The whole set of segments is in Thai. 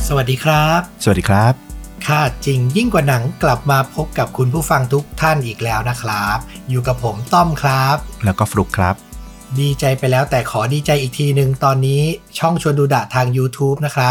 สวัสดีครับสวัสดีครับค่ะจริงยิ่งกว่าหนังกลับมาพบกับคุณผู้ฟังทุกท่านอีกแล้วนะครับอยู่กับผมต้อมครับแล้วก็ฟลุ๊กครับดีใจไปแล้วแต่ขอดีใจอีกทีนึงตอนนี้ช่องชวนดูดะทาง YouTube นะครับ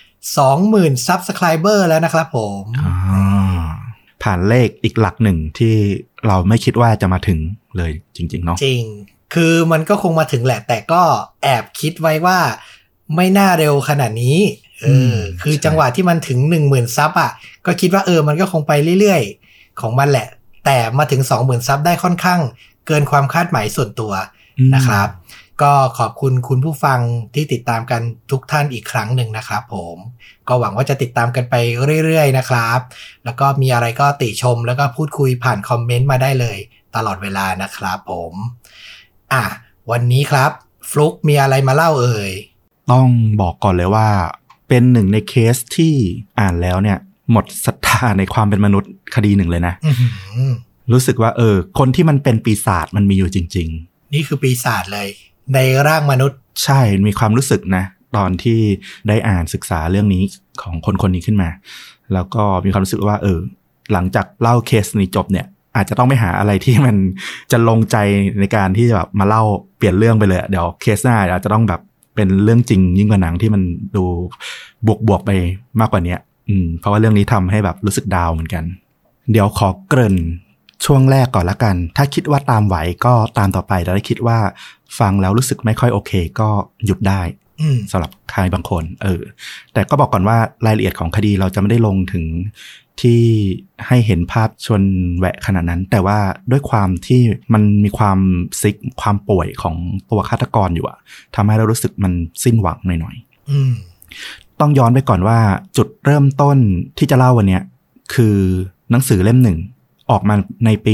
20,000 Subscriber แล้วนะครับผมผ่านเลขอีกหลักหนึ่งที่เราไม่คิดว่าจะมาถึงเลยจริงๆเนาะจริงคือมันก็คงมาถึงแหละแต่ก็แอบคิดไว้ว่าไม่น่าเร็วขนาดนี้คือจังหวะที่มันถึง 10,000 ซับอ่ะก็คิดว่ามันก็คงไปเรื่อยๆของมันแหละแต่มาถึง 20,000 ซับได้ค่อนข้างเกินความคาดหมายส่วนตัวนะครับก็ขอบคุณคุณผู้ฟังที่ติดตามกันทุกท่านอีกครั้งหนึ่งนะครับผมก็หวังว่าจะติดตามกันไปเรื่อยๆนะครับแล้วก็มีอะไรก็ติชมแล้วก็พูดคุยผ่านคอมเมนต์มาได้เลยตลอดเวลานะครับผมวันนี้ครับฟลุ๊กมีอะไรมาเล่าต้องบอกก่อนเลยว่าเป็นหนึ่งในเคสที่อ่านแล้วเนี่ยหมดศรัทธาในความเป็นมนุษย์คดีหนึ่งเลยนะรู้สึกว่าคนที่มันเป็นปีศาจมันมีอยู่จริงๆนี่คือปีศาจเลยในร่างมนุษย์ใช่มีความรู้สึกนะตอนที่ได้อ่านศึกษาเรื่องนี้ของคนนี้ขึ้นมาแล้วก็มีความรู้สึกว่าหลังจากเล่าเคสนี้จบเนี่ยอาจจะต้องไปหาอะไรที่มันจะลงใจในการที่จะแบบมาเล่าเปลี่ยนเรื่องไปเลยเดี๋ยวเคสหน้าอาจจะต้องแบบเป็นเรื่องจริงยิ่งกว่าหนังที่มันดูบวกไปมากกว่านี้เพราะว่าเรื่องนี้ทำให้แบบรู้สึกดาวเหมือนกันเดี๋ยวขอเกริ่นช่วงแรกก่อนละกันถ้าคิดว่าตามไหวก็ตามต่อไปแต่ถ้าคิดว่าฟังแล้วรู้สึกไม่ค่อยโอเคก็หยุดได้สำหรับใครบางคนแต่ก็บอกก่อนว่ารายละเอียดของคดีเราจะไม่ได้ลงถึงที่ให้เห็นภาพชวนแหวะขนาดนั้นแต่ว่าด้วยความที่มันมีความซิกความป่วยของตัวฆาตกรอยู่ทำให้เรารู้สึกมันสิ้นหวังหน่อยๆต้องย้อนไปก่อนว่าจุดเริ่มต้นที่จะเล่าวันนี้คือหนังสือเล่มหนึ่งออกมาในปี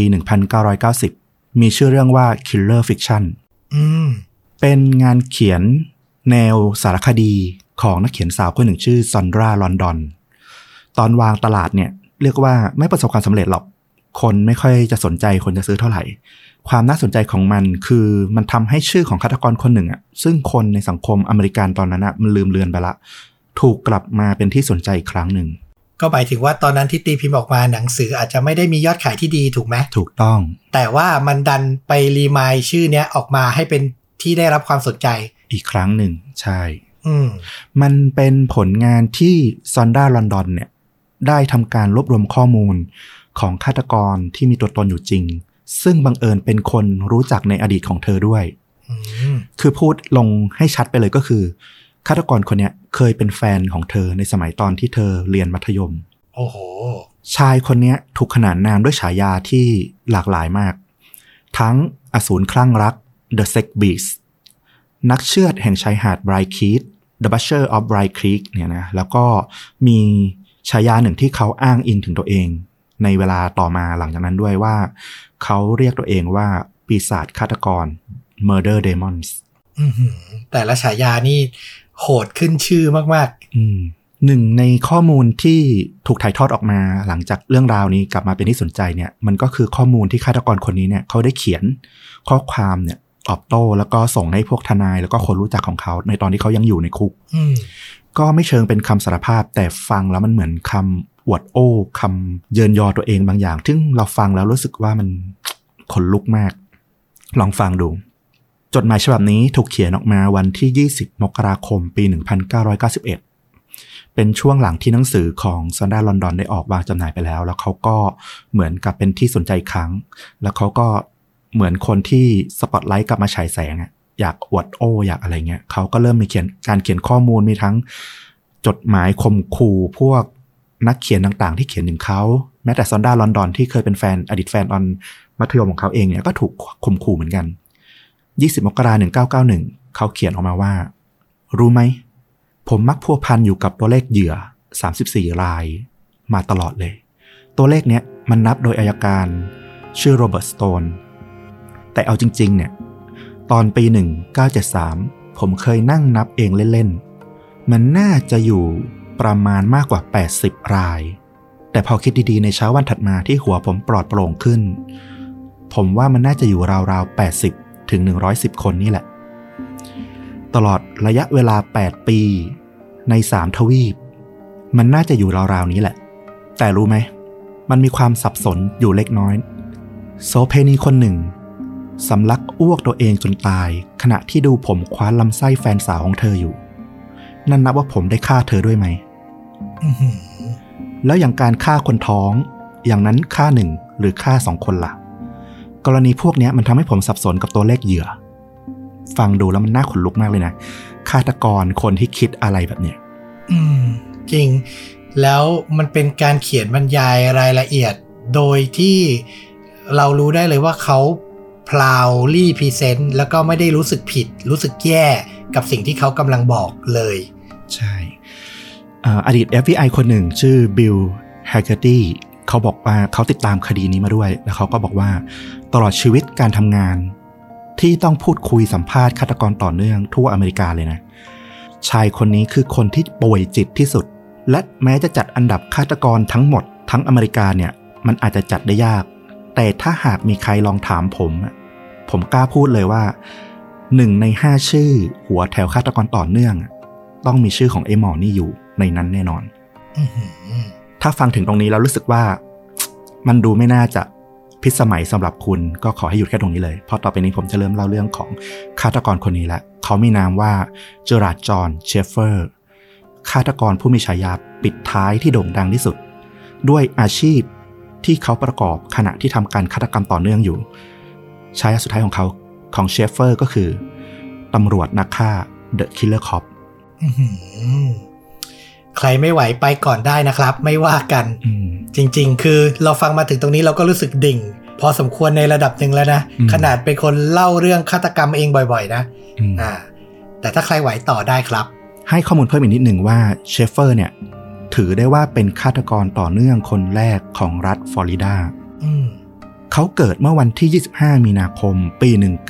1990 มีชื่อเรื่องว่า Killer Fiction เป็นงานเขียนแนวสารคดีของนักเขียนสาวคนหนึ่งชื่อซอนดราลอนดอนตอนวางตลาดเนี่ยเรียกว่าไม่ประสบความสำเร็จหรอกคนไม่ค่อยจะสนใจคนจะซื้อเท่าไหร่ความน่าสนใจของมันคือมันทำให้ชื่อของฆาตกรคนหนึ่งซึ่งคนในสังคมอเมริกันตอนนั้นมันลืมเลือนไปละถูกกลับมาเป็นที่สนใจอีกครั้งหนึ่งก็หมายถึงว่าตอนนั้นที่ตีพิมพ์ออกมาหนังสืออาจจะไม่ได้มียอดขายที่ดีถูกไหมถูกต้องแต่ว่ามันดันไปรีมายชื่อเนี้ยออกมาให้เป็นที่ได้รับความสนใจอีกครั้งหนึ่งใช่มันเป็นผลงานที่ซอนดราลอนดอนเนี่ยได้ทำการรวบรวมข้อมูลของฆาตกรที่มีตัวตนอยู่จริงซึ่งบังเอิญเป็นคนรู้จักในอดีตของเธอด้วยคือพูดลงให้ชัดไปเลยก็คือฆาตกรคนนี้เคยเป็นแฟนของเธอในสมัยตอนที่เธอเรียนมัธยมโอ้โหชายคนนี้ถูกขนานนามด้วยฉายาที่หลากหลายมากทั้งอสูรคลั่งรัก The Sex Beast นักเชือดแห่งชายหาด Bright Creek The Butcher of Bright Creek เนี่ยนะแล้วก็มีฉายาหนึ่งที่เขาอ้างอิงถึงตัวเองในเวลาต่อมาหลังจากนั้นด้วยว่าเขาเรียกตัวเองว่าปีศาจฆาตกร Murder Demons แต่ละฉายานี่โหดขึ้นชื่อมากๆหนึ่งในข้อมูลที่ถูกถ่ายทอดออกมาหลังจากเรื่องราวนี้กลับมาเป็นที่สนใจเนี่ยมันก็คือข้อมูลที่ฆาตกรคนนี้เนี่ยเขาได้เขียนข้อความเนี่ยตอบโต้แล้วก็ส่งให้พวกทนายแล้วก็คนรู้จักของเขาในตอนที่เขายังอยู่ในคุกก็ไม่เชิงเป็นคำสารภาพแต่ฟังแล้วมันเหมือนคำอวดโอ้คำเยินยอตัวเองบางอย่างซึ่งเราฟังแล้วรู้สึกว่ามันขนลุกมากลองฟังดูจดหมายฉบับนี้ถูกเขียนออกมาวันที่20 มกราคมปี 1991เป็นช่วงหลังที่หนังสือของซอนดราลอนดอนได้ออกวางจำหน่ายไปแล้วแล้วเขาก็เหมือนกับเป็นที่สนใจอีกครั้งแล้วเขาก็เหมือนคนที่สปอตไลท์กลับมาฉายแสงอยากอวดโอ้อยากอะไรเงี้ยเขาก็เริ่มมีการเขียนข้อมูลมีทั้งจดหมายข่มขู่พวกนักเขียนต่างๆที่เขียนถึงเขาแม้แต่ซอนดราลอนดอนที่เคยเป็นแฟนอดีตแฟนตอนมัธยมของเขาเองเนี่ยก็ถูกข่มขู่เหมือนกัน20 มกราคม 1991เขาเขียนออกมาว่ารู้ไหมผมมักพัวพันอยู่กับตัวเลขเหยื่อ34รายมาตลอดเลยตัวเลขเนี้ยมันนับโดยอัยการชื่อโรเบิร์ตสโตนแต่เอาจริงๆเนี่ยตอนปี 1973ผมเคยนั่งนับเองเล่นๆมันน่าจะอยู่ประมาณมากกว่า80รายแต่พอคิดดีๆในเช้าวันถัดมาที่หัวผมปลอดโปร่งขึ้นผมว่ามันน่าจะอยู่ราวๆ80ถึง110คนนี่แหละตลอดระยะเวลา8ปีใน3ทวีปมันน่าจะอยู่ราวๆนี้แหละแต่รู้ไหมมันมีความสับสนอยู่เล็กน้อยโสเพณีคนหนึ่งสำลักอ้วกตัวเองจนตายขณะที่ดูผมคว้านลำไส้แฟนสาวของเธออยู่นั่นนับว่าผมได้ฆ่าเธอด้วยไหมแล้วอย่างการฆ่าคนท้องอย่างนั้นฆ่าหนึ่งหรือฆ่า2 คนล่ะกรณีพวกนี้มันทำให้ผมสับสนกับตัวเลขเหยื่อฟังดูแล้วมันน่าขนลุกมากเลยนะฆาตกรคนที่คิดอะไรแบบเนี้ยจริงแล้วมันเป็นการเขียนบรรยายรายละเอียดโดยที่เรารู้ได้เลยว่าเขาพลาวลี่พรีเซนต์แล้วก็ไม่ได้รู้สึกผิดรู้สึกแย่กับสิ่งที่เขากำลังบอกเลยใช่อดีต FBI คนหนึ่งชื่อบิลแฮกเกอร์ตี้เขาบอกว่าเขาติดตามคดีนี้มาด้วยแล้วเขาก็บอกว่าตลอดชีวิตการทำงานที่ต้องพูดคุยสัมภาษณ์ฆาตกรต่อเนื่องทั่วอเมริกาเลยนะชายคนนี้คือคนที่ป่วยจิตที่สุดและแม้จะจัดอันดับฆาตกรทั้งหมดทั้งอเมริกาเนี่ยมันอาจจะจัดได้ยากแต่ถ้าหากมีใครลองถามผมกล้าพูดเลยว่า1 ใน 5ชื่อหัวแถวฆาตกรต่อเนื่องต้องมีชื่อของไอ้หมอนี่อยู่ในนั้นแน่นอนถ้าฟังถึงตรงนี้แล้วรู้สึกว่ามันดูไม่น่าจะพิสมัยสำหรับคุณก็ขอให้หยุดแค่ตรงนี้เลยเพราะต่อไปนี้ผมจะเริ่มเล่าเรื่องของฆาตกรคนนี้แล้วเขามีนามว่าเจอราร์ด จอห์น เชฟเฟอร์ฆาตกรผู้มีฉายาปิดท้ายที่โด่งดังที่สุดด้วยอาชีพที่เขาประกอบขณะที่ทำการฆาตกรรมต่อเนื่องอยู่ฉายาสุดท้ายของเขาของเชฟเฟอร์ก็คือตำรวจนักฆ่า The Killer Cop ใครไม่ไหวไปก่อนได้นะครับไม่ว่ากันจริงๆคือเราฟังมาถึงตรงนี้เราก็รู้สึกดิ่งพอสมควรในระดับหนึ่งแล้วนะขนาดเป็นคนเล่าเรื่องฆาตกรรมเองบ่อยๆนะแต่ถ้าใครไหวต่อได้ครับให้ข้อมูลเพิ่มอีกนิดหนึ่งว่าเชฟเฟอร์เนี่ยถือได้ว่าเป็นฆาตกรต่อเนื่องคนแรกของรัฐฟลอริดาเขาเกิดเมื่อวันที่25มีนาคมปี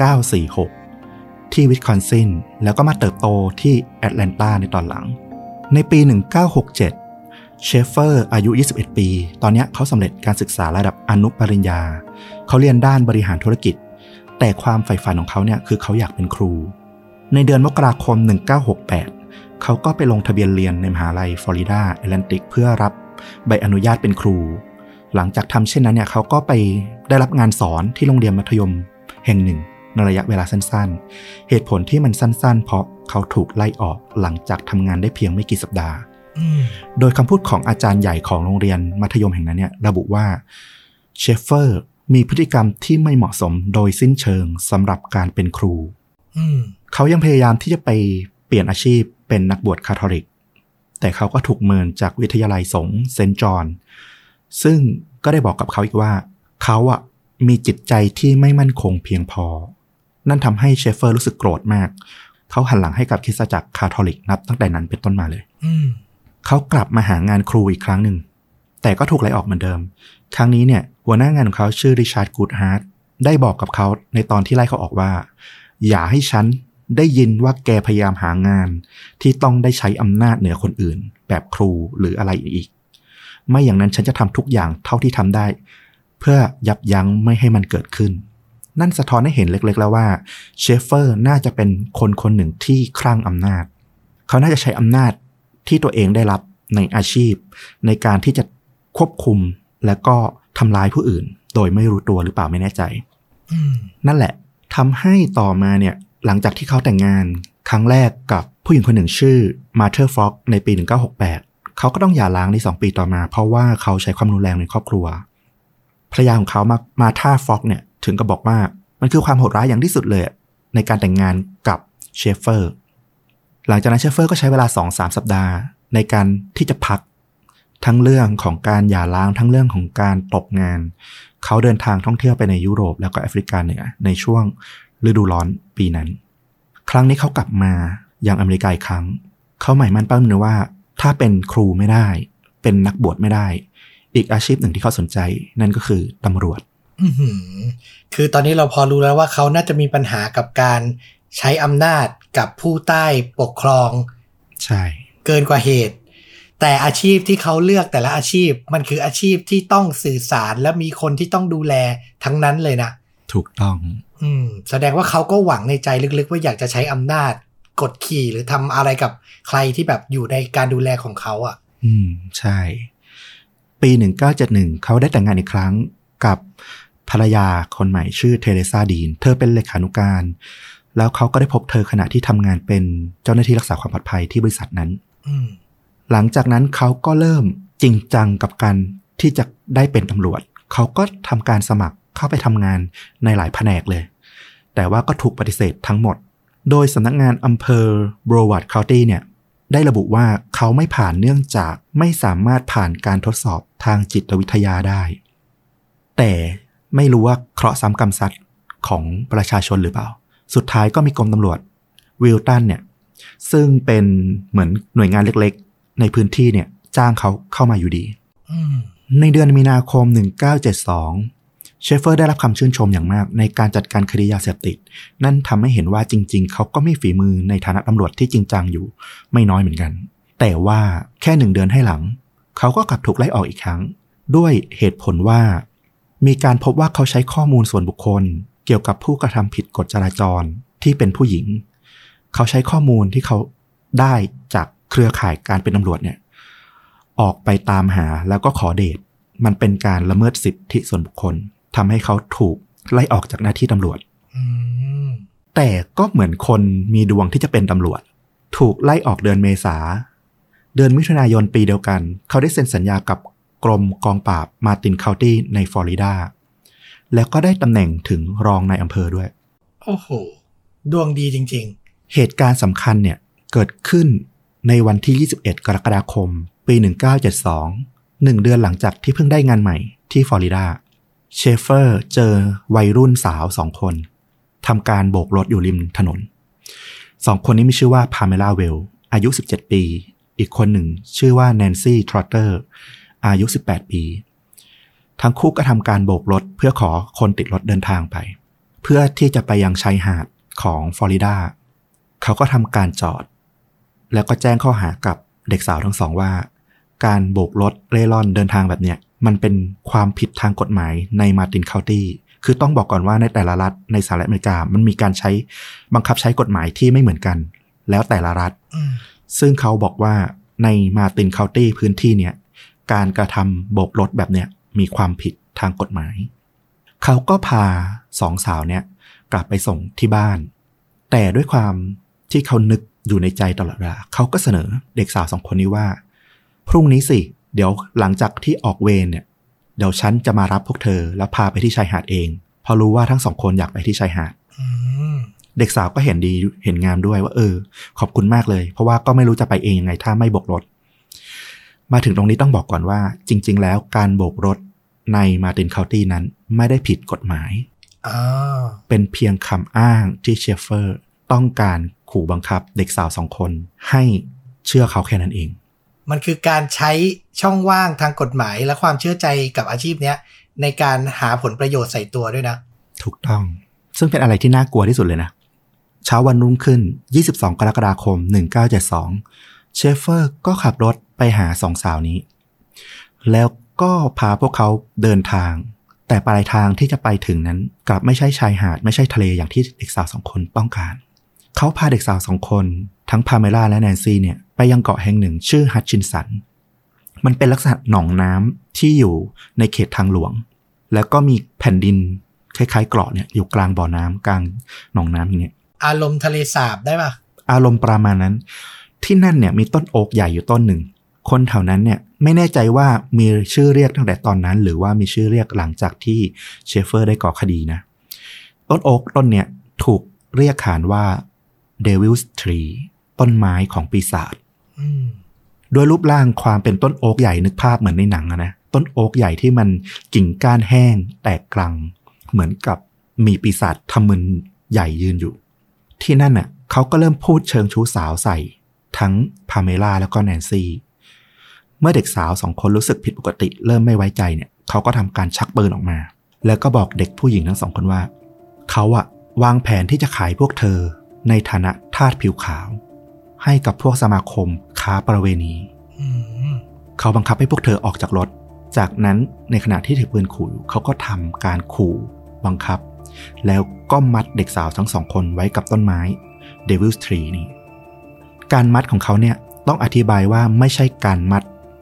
1946ที่วิสคอนซินแล้วก็มาเติบโตที่แอตแลนตาในตอนหลังในปี1967เชฟเฟอร์อายุ21ปีตอนนี้เขาสำเร็จการศึกษาระดับอนุปริญญาเขาเรียนด้านบริหารธุรกิจแต่ความใฝ่ฝันของเขาเนี่ยคือเขาอยากเป็นครูในเดือนมกราคม1968เขาก็ไปลงทะเบียนเรียนในมหาลัยฟลอริดาแอตแลนติกเพื่อรับใบอนุญาตเป็นครูหลังจากทำเช่นนั้นเนี่ยเขาก็ไปได้รับงานสอนที่โรงเรียนมัธยมแห่งหนึ่งในระยะเวลาสั้นๆเหตุผลที่มันสั้นๆเพราะเขาถูกไล่ออกหลังจากทำงานได้เพียงไม่กี่สัปดาห์โดยคำพูดของอาจารย์ใหญ่ของโรงเรียนมัธยมแห่งนั้นเนี่ยระบุว่าเชฟเฟอร์มีพฤติกรรมที่ไม่เหมาะสมโดยสิ้นเชิงสำหรับการเป็นครูเขายังพยายามที่จะไปเปลี่ยนอาชีพเป็นนักบวชคาทอลิกแต่เขาก็ถูกเมินจากวิทยาลัยสงฆ์เซนต์จอห์นซึ่งก็ได้บอกกับเขาอีกว่าเขามีจิตใจที่ไม่มั่นคงเพียงพอนั่นทำให้เชฟเฟอร์รู้สึกโกรธมากเขาหันหลังให้กับคริสตจักรคาทอลิกนับตั้งแต่นั้นเป็นต้นมาเลยเขากลับมาหางานครูอีกครั้งหนึ่งแต่ก็ถูกไล่ออกเหมือนเดิมครั้งนี้เนี่ยหัวหน้างานของเขาชื่อริชาร์ด กูดฮาร์ทได้บอกกับเขาในตอนที่ไล่เขาออกว่าอย่าให้ฉันได้ยินว่าแกพยายามหางานที่ต้องได้ใช้อำนาจเหนือคนอื่นแบบครูหรืออะไรอีกไม่อย่างนั้นฉันจะทำทุกอย่างเท่าที่ทำได้เพื่อยับยั้งไม่ให้มันเกิดขึ้นนั่นสะท้อนให้เห็นเล็กๆแล้วว่าเชฟเฟอร์น่าจะเป็นคนหนึ่งที่คลั่งอำนาจเขาน่าจะใช้อำนาจที่ตัวเองได้รับในอาชีพในการที่จะควบคุมและก็ทำลายผู้อื่นโดยไม่รู้ตัวหรือเปล่าไม่แน่ใจนั่นแหละทำให้ต่อมาเนี่ยหลังจากที่เขาแต่งงานครั้งแรกกับผู้หญิงคนหนึ่งชื่อมาเธอร์ฟ็อกในปี1968เขาก็ต้องหย่าร้างใน2 ปีต่อมาเพราะว่าเขาใช้ความรุนแรงในครอบครัวภรรยาของเขามาธาร์ฟ็อกเนี่ยถึงกับบอกว่ามันคือความโหดร้ายอย่างที่สุดเลยในการแต่งงานกับเชฟเฟอร์หลังจากนั้นเชฟเฟอร์ก็ใช้เวลา 2-3 สัปดาห์ในการที่จะพักทั้งเรื่องของการหย่าร้างทั้งเรื่องของการตกงานเขาเดินทางท่องเที่ยวไปในยุโรปแล้วก็แอฟริกาเหนือในช่วงฤดูร้อนปีนั้นครั้งนี้เขากลับมายังอเมริกาอีกครั้งเขาหมายมั่นปั้นมือว่าถ้าเป็นครูไม่ได้เป็นนักบวชไม่ได้อีกอาชีพหนึ่งที่เขาสนใจนั่นก็คือตำรวจคือตอนนี้เราพอรู้แล้วว่าเขาน่าจะมีปัญหากับการใช้อำนาจกับผู้ใต้ปกครองใช่เกินกว่าเหตุแต่อาชีพที่เขาเลือกแต่ละอาชีพมันคืออาชีพที่ต้องสื่อสารและมีคนที่ต้องดูแลทั้งนั้นเลยนะถูกต้องแสดงว่าเขาก็หวังในใจลึกๆว่าอยากจะใช้อำนาจกดขี่หรือทำอะไรกับใครที่แบบอยู่ในการดูแลของเขาใช่ปี1971เขาได้แต่งงานอีกครั้งกับภรรยาคนใหม่ชื่อเทเรซาดีนเธอเป็นเลขานุการแล้วเขาก็ได้พบเธอขณะที่ทำงานเป็นเจ้าหน้าที่รักษาความปลอดภัยที่บริษัทนั้นหลังจากนั้นเขาก็เริ่มจริงจังกับการที่จะได้เป็นตำรวจเขาก็ทำการสมัครเข้าไปทำงานในหลายแผนกเลยแต่ว่าก็ถูกปฏิเสธทั้งหมดโดยสำนักงานอำเภอ Broward County เนี่ยได้ระบุว่าเขาไม่ผ่านเนื่องจากไม่สามารถผ่านการทดสอบทางจิตวิทยาได้แต่ไม่รู้ว่าเคราะห์ซ้ำกรรมซัดของประชาชนหรือเปล่าสุดท้ายก็มีกรมตำรวจวิลตันเนี่ยซึ่งเป็นเหมือนหน่วยงานเล็กๆในพื้นที่เนี่ยจ้างเขาเข้ามาอยู่ดีในเดือนมีนาคม1972เชฟเฟอร์ได้รับคำชื่นชมอย่างมากในการจัดการคดียาเสพติดนั่นทำให้เห็นว่าจริงๆเขาก็มีฝีมือในฐานะตำรวจที่จริงจังอยู่ไม่น้อยเหมือนกันแต่ว่าแค่1 เดือนให้หลังเขาก็กลับถูกไล่ออกอีกครั้งด้วยเหตุผลว่ามีการพบว่าเขาใช้ข้อมูลส่วนบุคคลเกี่ยวกับผู้กระทำผิดกฎจราจรที่เป็นผู้หญิงเขาใช้ข้อมูลที่เขาได้จากเครือข่ายการเป็นตำรวจเนี่ยออกไปตามหาแล้วก็ขอเดทมันเป็นการละเมิดสิทธิส่วนบุคคลทำให้เขาถูกไล่ออกจากหน้าที่ตำรวจแต่ก็เหมือนคนมีดวงที่จะเป็นตำรวจถูกไล่ออกเดือนเมษาเดือนมิถุนายนปีเดียวกันเขาได้เซ็นสัญญากับกรมกองปราบมาร์ตินเคานตี้ในฟลอริดาแล้วก็ได้ตำแหน่งถึงรองนายอำเภอด้วยโอ้โหดวงดีจริงๆเหตุการณ์สำคัญเนี่ยเกิดขึ้นในวันที่21 กรกฎาคมปี1972 1 เดือนหลังจากที่เพิ่งได้งานใหม่ที่ฟลอริดาเชฟเฟอร์เจอวัยรุ่นสาว2 คนทำการโบกรถอยู่ริมถนน2 คนนี้มีชื่อว่าพาเมล่าเวลอายุ17 ปีอีกคนหนึ่งชื่อว่าแนนซี่ทรอตเตอร์อายุ18 ปีทั้งคู่ก็ทำการโบกรถเพื่อขอคนติดรถเดินทางไปเพื่อที่จะไปยังชายหาดของฟลอริดาเขาก็ทำการจอดแล้วก็แจ้งข้อหากับเด็กสาวทั้งสองว่าการโบกรถเร่ร่อนเดินทางแบบเนี้ยมันเป็นความผิดทางกฎหมายในมาร์ตินเคานตี้คือต้องบอกก่อนว่าในแต่ละรัฐในสหรัฐอเมริกามันมีการใช้บังคับใช้กฎหมายที่ไม่เหมือนกันแล้วแต่ละรัฐซึ่งเขาบอกว่าในมาร์ตินเคานตี้พื้นที่เนี้ยการกระทำโบกรถแบบเนี้ยมีความผิดทางกฎหมายเขาก็พา2 สาวเนี่ยกลับไปส่งที่บ้านแต่ด้วยความที่เขานึกอยู่ในใจตลอดเวลาเขาก็เสนอเด็กสาว2 คนนี้ว่าพรุ่งนี้สิเดี๋ยวหลังจากที่ออกเวรเนี่ยเดี๋ยวฉันจะมารับพวกเธอแล้วพาไปที่ชายหาดเองพอรู้ว่าทั้ง2 คนอยากไปที่ชายหาดเด็กสาวก็เห็นดีเห็นงามด้วยว่าขอบคุณมากเลยเพราะว่าก็ไม่รู้จะไปเองยังไงถ้าไม่โบกรถมาถึงตรงนี้ต้องบอกก่อนว่าจริงๆแล้วการโบกรถในมาร์ตินเคานตี้นั้นไม่ได้ผิดกฎหมายเป็นเพียงคำอ้างที่เชฟเฟอร์ต้องการขู่บังคับเด็กสาว2 คนให้เชื่อเขาแค่นั้นเองมันคือการใช้ช่องว่างทางกฎหมายและความเชื่อใจกับอาชีพเนี้ยในการหาผลประโยชน์ใส่ตัวด้วยนะถูกต้องซึ่งเป็นอะไรที่น่ากลัวที่สุดเลยนะเช้าวันรุ่งขึ้น22 กรกฎาคม1972เชฟเฟอร์ก็ขับรถไปหา2 สาวนี้แล้วก็พาพวกเขาเดินทางแต่ปลายทางที่จะไปถึงนั้นกลับไม่ใช่ชายหาดไม่ใช่ทะเลอย่างที่เด็กสาว2 คนต้องการเขาพาเด็กสาว2 คนทั้งพาเมล่าและแนนซี่เนี่ยไปยังเกาะแห่งหนึ่งชื่อฮัตชินสันมันเป็นลักษณะหนองน้ำที่อยู่ในเขตทางหลวงแล้วก็มีแผ่นดินคล้ายๆเกาะเนี่ยอยู่กลางบ่อน้ำกลางหนองน้ำอย่างเงี้ยอารมณ์ทะเลสาบได้ป่ะอารมณ์ประมาณนั้นที่นั่นเนี่ยมีต้นโอ๊กใหญ่อยู่ต้นหนึ่งคนแถวนั้นเนี่ยไม่แน่ใจว่ามีชื่อเรียกตั้งแต่ตอนนั้นหรือว่ามีชื่อเรียกหลังจากที่เชฟเฟอร์ได้ก่อคดีนะต้นโอ๊กต้นเนี่ยถูกเรียกขานว่า Devil's Tree ต้นไม้ของปีศาจโดยรูปร่างความเป็นต้นโอ๊กใหญ่นึกภาพเหมือนในหนังนะต้นโอ๊กใหญ่ที่มันกิ่งก้านแห้งแตกกรังเหมือนกับมีปีศาจทำมึนใหญ่ยืนอยู่ที่นั่นน่ะเขาก็เริ่มพูดเชิงชู้สาวใส่ทั้งพาเมล่าแล้วก็แนนซี่เมื่อเด็กสาว2 คนรู้สึกผิดปกติเริ่มไม่ไว้ใจเนี่ยเขาก็ทำการชักปืนออกมาแล้วก็บอกเด็กผู้หญิงทั้ง2 คนว่าเขาอะวางแผนที่จะขายพวกเธอในฐานะทาสผิวขาวให้กับพวกสมาคมค้าประเวณีเขาบังคับให้พวกเธอออกจากรถจากนั้นในขณะที่ถือปืนขู่เขาก็ทำการขู่บังคับแล้วก็มัดเด็กสาวทั้ง2 คนไว้กับต้นไม้ Devil's Tree นี่การมัดของเขาเนี่ยต้องอธิบายว่าไม่ใช่การมัด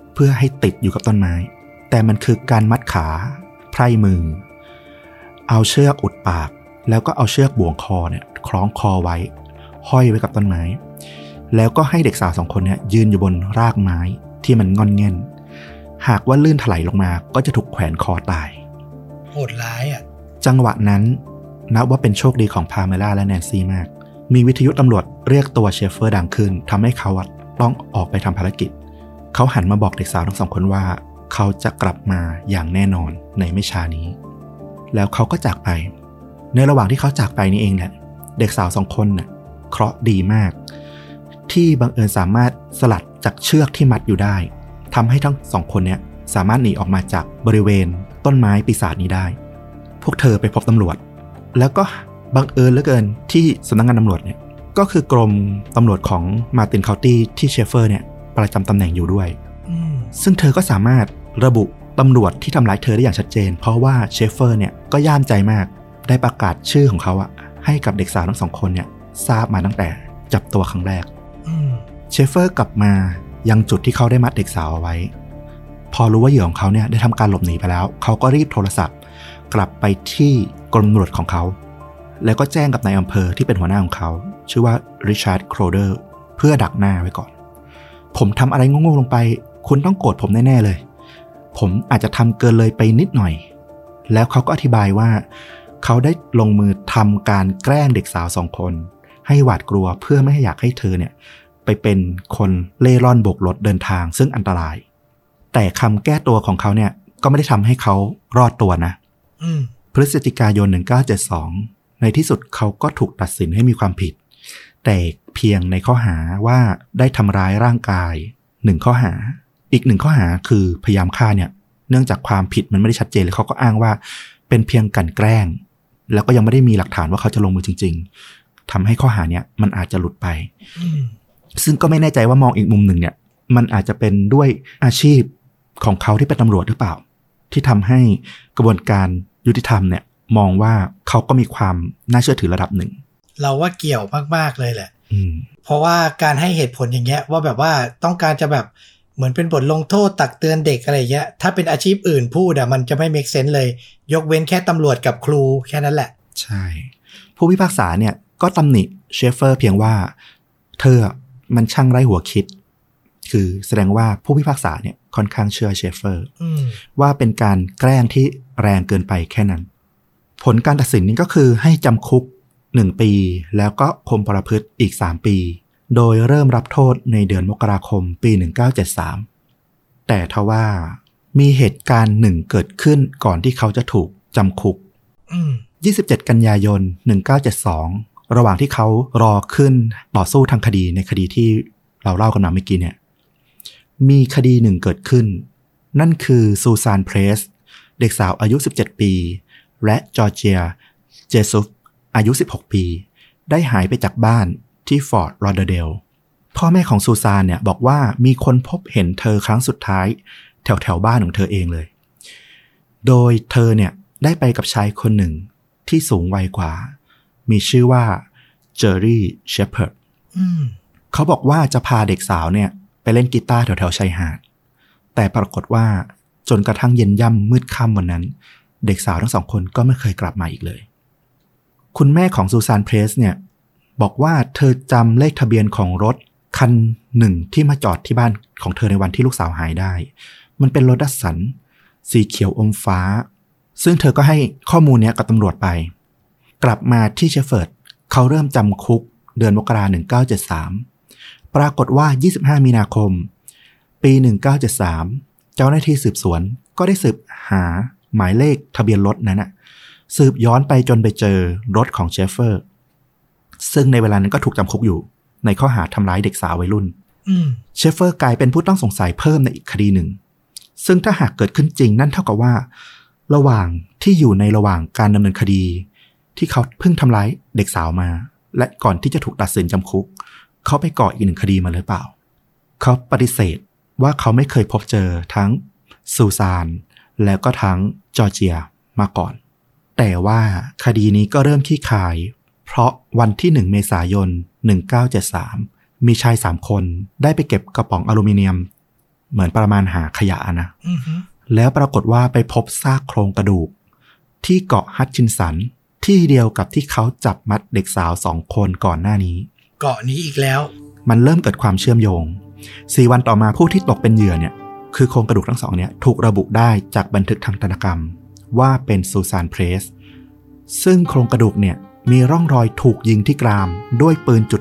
เพื่อให้ติดอยู่กับต้นไม้แต่มันคือการมัดขาไพร่มือเอาเชือกอุดปากแล้วก็เอาเชือกบ่วงคอเนี่ยคล้องคอไว้ห้อยไว้กับต้นไม้แล้วก็ให้เด็กสาว2คนเนี่ยยืนอยู่บนรากไม้ที่มันงอนเง่นหากว่าลื่นถลายลงมาก็จะถูกแขวนคอตายโหดร้ายอ่ะจังหวะนั้นนับว่าเป็นโชคดีของพาเมล่าและแนนซี่มากมีวิทยุตำรวจเรียกตัวเชฟเฟอร์ดังขึ้นทำให้เขาต้องออกไปทำภารกิจเขาหันมาบอกเด็กสาวทั้ง2คนว่าเขาจะกลับมาอย่างแน่นอนในไม่ช้านี้แล้วเขาก็จากไปในระหว่างที่เขาจากไปนี่เองแหละเด็กสาว2คนน่ะเคราะห์ดีมากที่บังเอิญสามารถสลัดจากเชือกที่มัดอยู่ได้ทำให้ทั้ง2คนเนี่ยสามารถหนีออกมาจากบริเวณต้นไม้ปีศาจนี้ได้พวกเธอไปพบตำรวจแล้วก็บังเอิญเหลือเกินที่สำนักงานตำรวจเนี่ยก็คือกรมตำรวจของมาร์ตินเคานตี้ที่เชฟเฟอร์เนี่ยประจำตำแหน่งอยู่ด้วยซึ่งเธอก็สามารถระบุตำรวจที่ทำร้ายเธอได้อย่างชัดเจนเพราะว่าเชฟเฟอร์เนี่ยก็ย่ามใจมากได้ประกาศชื่อของเขาให้กับเด็กสาวทั้ง2คนเนี่ยทราบมาตั้งแต่จับตัวครั้งแรกเชฟเฟอร์กลับมายังจุดที่เขาได้มัดเด็กสาวเอาไว้พอรู้ว่าเหยื่อของเขาเนี่ยได้ทำการหลบหนีไปแล้วเขาก็รีบโทรศัพท์กลับไปที่กรมตำรวจของเขาแล้วก็แจ้งกับนายอำเภอที่เป็นหัวหน้าของเขาชื่อว่าริชาร์ดโครเดอร์เพื่อดักหน้าไว้ก่อนผมทำอะไรโง่ๆลงไปคุณต้องโกรธผมแน่ๆเลยผมอาจจะทำเกินเลยไปนิดหน่อยแล้วเขาก็อธิบายว่าเขาได้ลงมือทำการแกล้งเด็กสาว2คนให้หวาดกลัวเพื่อไม่ให้อยากให้เธอเนี่ยไปเป็นคนเล่ร่อนโบกรถเดินทางซึ่งอันตรายแต่คำแก้ตัวของเขาเนี่ยก็ไม่ได้ทำให้เขารอดตัวนะพฤศจิกายน1972ในที่สุดเขาก็ถูกตัดสินให้มีความผิดแต่เพียงในข้อหาว่าได้ทำร้ายร่างกาย1ข้อหาอีก1ข้อหาคือพยายามฆ่าเนี่ยเนื่องจากความผิดมันไม่ได้ชัดเจนเลยเขาก็อ้างว่าเป็นเพียงกลั่นแกล้งแล้วก็ยังไม่ได้มีหลักฐานว่าเขาจะลงมือจริงๆทำให้ข้อหาเนี่ยมันอาจจะหลุดไปซึ่งก็ไม่แน่ใจว่ามองอีกมุมหนึ่งเนี่ยมันอาจจะเป็นด้วยอาชีพของเขาที่เป็นตำรวจหรือเปล่าที่ทำให้กระบวนการยุติธรรมเนี่ยมองว่าเขาก็มีความน่าเชื่อถือระดับหนึ่งเราว่าเกี่ยวมากๆเลยแหละเพราะว่าการให้เหตุผลอย่างเงี้ยว่าแบบว่าต้องการจะแบบเหมือนเป็นบทลงโทษตักเตือนเด็กอะไรเงี้ยถ้าเป็นอาชีพอื่นพูดมันจะไม่เมคเซนส์เลยยกเว้นแค่ตำรวจกับครูแค่นั้นแหละใช่ผู้พิพากษาเนี่ยก็ตำหนิเชฟเฟอร์เพียงว่าเธอมันช่างไร้หัวคิดคือแสดงว่าผู้พิพากษาเนี่ยค่อนข้างเชื่อเชฟเฟอร์ว่าเป็นการแกล้งที่แรงเกินไปแค่นั้นผลการตัดสินนี้ก็คือให้จำคุก1 ปีแล้วก็คุมประพฤติอีก3 ปีโดยเริ่มรับโทษในเดือนมกราคมปี1973แต่ทว่ามีเหตุการณ์หนึ่งเกิดขึ้นก่อนที่เขาจะถูกจำคุก27 กันยายน1972ระหว่างที่เขารอขึ้นต่อสู้ทางคดีในคดีที่เราเล่ากันมาเมื่อกี้เนี่ยมีคดีหนึ่งเกิดขึ้นนั่นคือซูซานเพรสเด็กสาวอายุ17 ปีและจอร์เจียเจซุฟอายุ16 ปีได้หายไปจากบ้านที่ฟอร์ตลอเดอร์เดลพ่อแม่ของซูซานเนี่ยบอกว่ามีคนพบเห็นเธอครั้งสุดท้ายแถวบ้านของเธอเองเลยโดยเธอเนี่ยได้ไปกับชายคนหนึ่งที่สูงวัยกว่ามีชื่อว่าเจอร์รี่เชพเพิร์ดเขาบอกว่าจะพาเด็กสาวเนี่ยไปเล่นกีตาร์แถวชายหาดแต่ปรากฏว่าจนกระทั่งเย็นย่ำมืดค่ำวันนั้นเด็กสาวทั้ง2คนก็ไม่เคยกลับมาอีกเลยคุณแม่ของซูซานเพรสเนี่ยบอกว่าเธอจำเลขทะเบียนของรถคันหนึ่งที่มาจอดที่บ้านของเธอในวันที่ลูกสาวหายได้มันเป็นรถดัสสันสีเขียวอมฟ้าซึ่งเธอก็ให้ข้อมูลนี้กับตำรวจไปกลับมาที่เชฟเฟิร์ดเขาเริ่มจำคุกเดือนมกราคม1973ปรากฏว่า25 มีนาคมปี1973เจ้าหน้าที่สืบสวนก็ได้สืบหาหมายเลขทะเบียนรถนั้นสืบย้อนไปจนไปเจอรถของเชฟเฟอร์ซึ่งในเวลานั้นก็ถูกจำคุกอยู่ในข้อหาทำร้ายเด็กสาววัยรุ่นเชฟเฟอร์กลายเป็นผู้ต้องสงสัยเพิ่มในอีกคดีหนึ่งซึ่งถ้าหากเกิดขึ้นจริงนั่นเท่ากับว่าระหว่างที่อยู่ในระหว่างการดำเนินคดีที่เขาเพิ่งทำร้ายเด็กสาวมาและก่อนที่จะถูกตัดสินจำคุกเขาไปก่ออีก1 คดีมาหรือเปล่าเขาปฏิเสธว่าเขาไม่เคยพบเจอทั้งซูซานแล้วก็ทั้งจอร์เจียมาก่อนแต่ว่าคดีนี้ก็เริ่มขี้คายเพราะวันที่1 เมษายน1973มีชาย3 คนได้ไปเก็บกระป๋องอลูมิเนียมเหมือนประมาณหาขยะนะแล้วปรากฏว่าไปพบซากโครงกระดูกที่เกาะฮัตชินสันที่เดียวกับที่เขาจับมัดเด็กสาว2 คนก่อนหน้านี้เกาะนี้อีกแล้วมันเริ่มเกิดความเชื่อมโยง4 วันต่อมาผู้ที่ตกเป็นเหยื่อเนี่ยคือโครงกระดูกทั้ง2เนี่ยถูกระบุได้จากบันทึกทางธนกรรมว่าเป็นซูซานเพรสซึ่งโครงกระดูกเนี่ยมีร่องรอยถูกยิงที่กรามด้วยปืน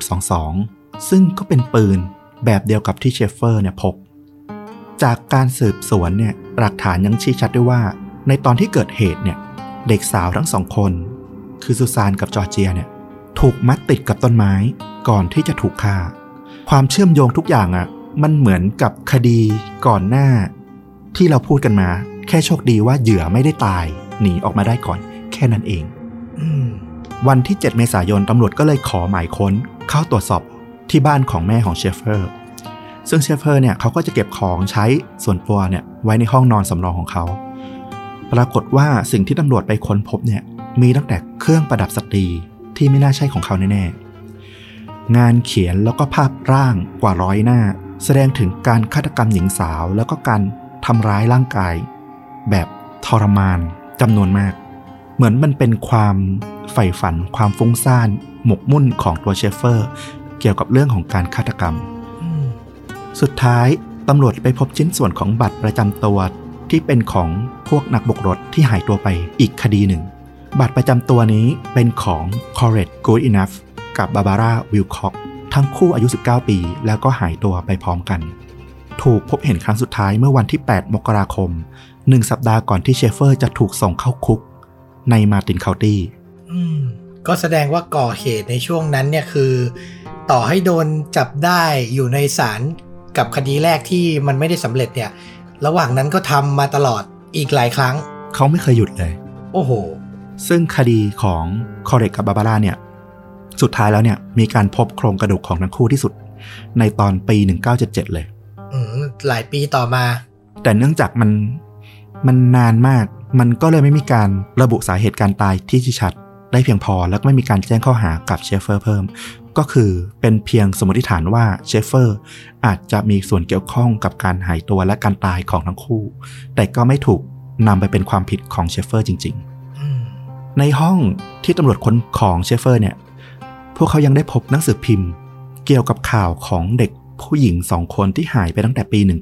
.22ซึ่งก็เป็นปืนแบบเดียวกับที่เชฟเฟอร์เนี่ยพกจากการสืบสวนเนี่ยหลักฐานยังชี้ชัดด้วยว่าในตอนที่เกิดเหตุเนี่ยเด็กสาวทั้ง2 คนคือซูซานกับจอร์เจียเนี่ยถูกมัดติดกับต้นไม้ก่อนที่จะถูกฆ่าความเชื่อมโยงทุกอย่างอ่ะมันเหมือนกับคดีก่อนหน้าที่เราพูดกันมาแค่โชคดีว่าเหยื่อไม่ได้ตายหนีออกมาได้ก่อนแค่นั้นเองวันที่7 เมษายนตำรวจก็เลยขอหมายค้นเข้าตรวจสอบที่บ้านของแม่ของเชฟเฟอร์ซึ่งเชฟเฟอร์เนี่ยเขาก็จะเก็บของใช้ส่วนตัวเนี่ยไว้ในห้องนอนสำรองของเขาปรากฏว่าสิ่งที่ตำรวจไปค้นพบเนี่ยมีตั้งแต่เครื่องประดับสตรีที่ไม่น่าใช่ของเขาแน่ๆงานเขียนแล้วก็ภาพร่างกว่า100 หน้าแสดงถึงการฆาตกรรมหญิงสาวแล้วก็การทำร้ายร่างกายแบบทรมานจำนวนมากเหมือนมันเป็นความใฝ่ฝันความฟุ้งซ่านหมกมุ่นของตัวเชฟเฟอร์เกี่ยวกับเรื่องของการฆาตกรรมสุดท้ายตำรวจไปพบชิ้นส่วนของบัตรประจำตัวที่เป็นของพวกนักบกรถที่หายตัวไปอีกคดีหนึ่งบัตรประจำตัวนี้เป็นของ Correct Goodenough กับบาบาร่าวิลค็อกทั้งคู่อายุ19 ปีแล้วก็หายตัวไปพร้อมกันถูกพบเห็นครั้งสุดท้ายเมื่อวันที่8 มกราคม1 สัปดาห์ก่อนที่เชฟเฟอร์จะถูกส่งเข้าคุกในมาร์ตินเคานตี้ก็แสดงว่าก่อเหตุในช่วงนั้นเนี่ยคือต่อให้โดนจับได้อยู่ในศาลกับคดีแรกที่มันไม่ได้สำเร็จเนี่ยระหว่างนั้นก็ทำมาตลอดอีกหลายครั้งเขาไม่เคยหยุดเลยโอ้โหซึ่งคดีของคอเรกกับบาบาร่าเนี่ยสุดท้ายแล้วเนี่ยมีการพบโครงกระดูกของทั้งคู่ที่สุดในตอนปี1977เลยหลายปีต่อมาแต่เนื่องจากมันนานมากมันก็เลยไม่มีการระบุสาเหตุการตายที่ชี้ชัดได้เพียงพอและไม่มีการแจ้งข้อหากับเชฟเฟอร์เพิ่มก็คือเป็นเพียงสมมติฐานว่าเชฟเฟอร์อาจจะมีส่วนเกี่ยวข้องกับการหายตัวและการตายของทั้งคู่แต่ก็ไม่ถูกนำไปเป็นความผิดของเชฟเฟอร์จริงๆในห้องที่ตำรวจค้นของเชฟเฟอร์เนี่ยพวกเขายังได้พบหนังสือพิมพ์เกี่ยวกับข่าวของเด็กผู้หญิง2 คนที่หายไปตั้งแต่ปี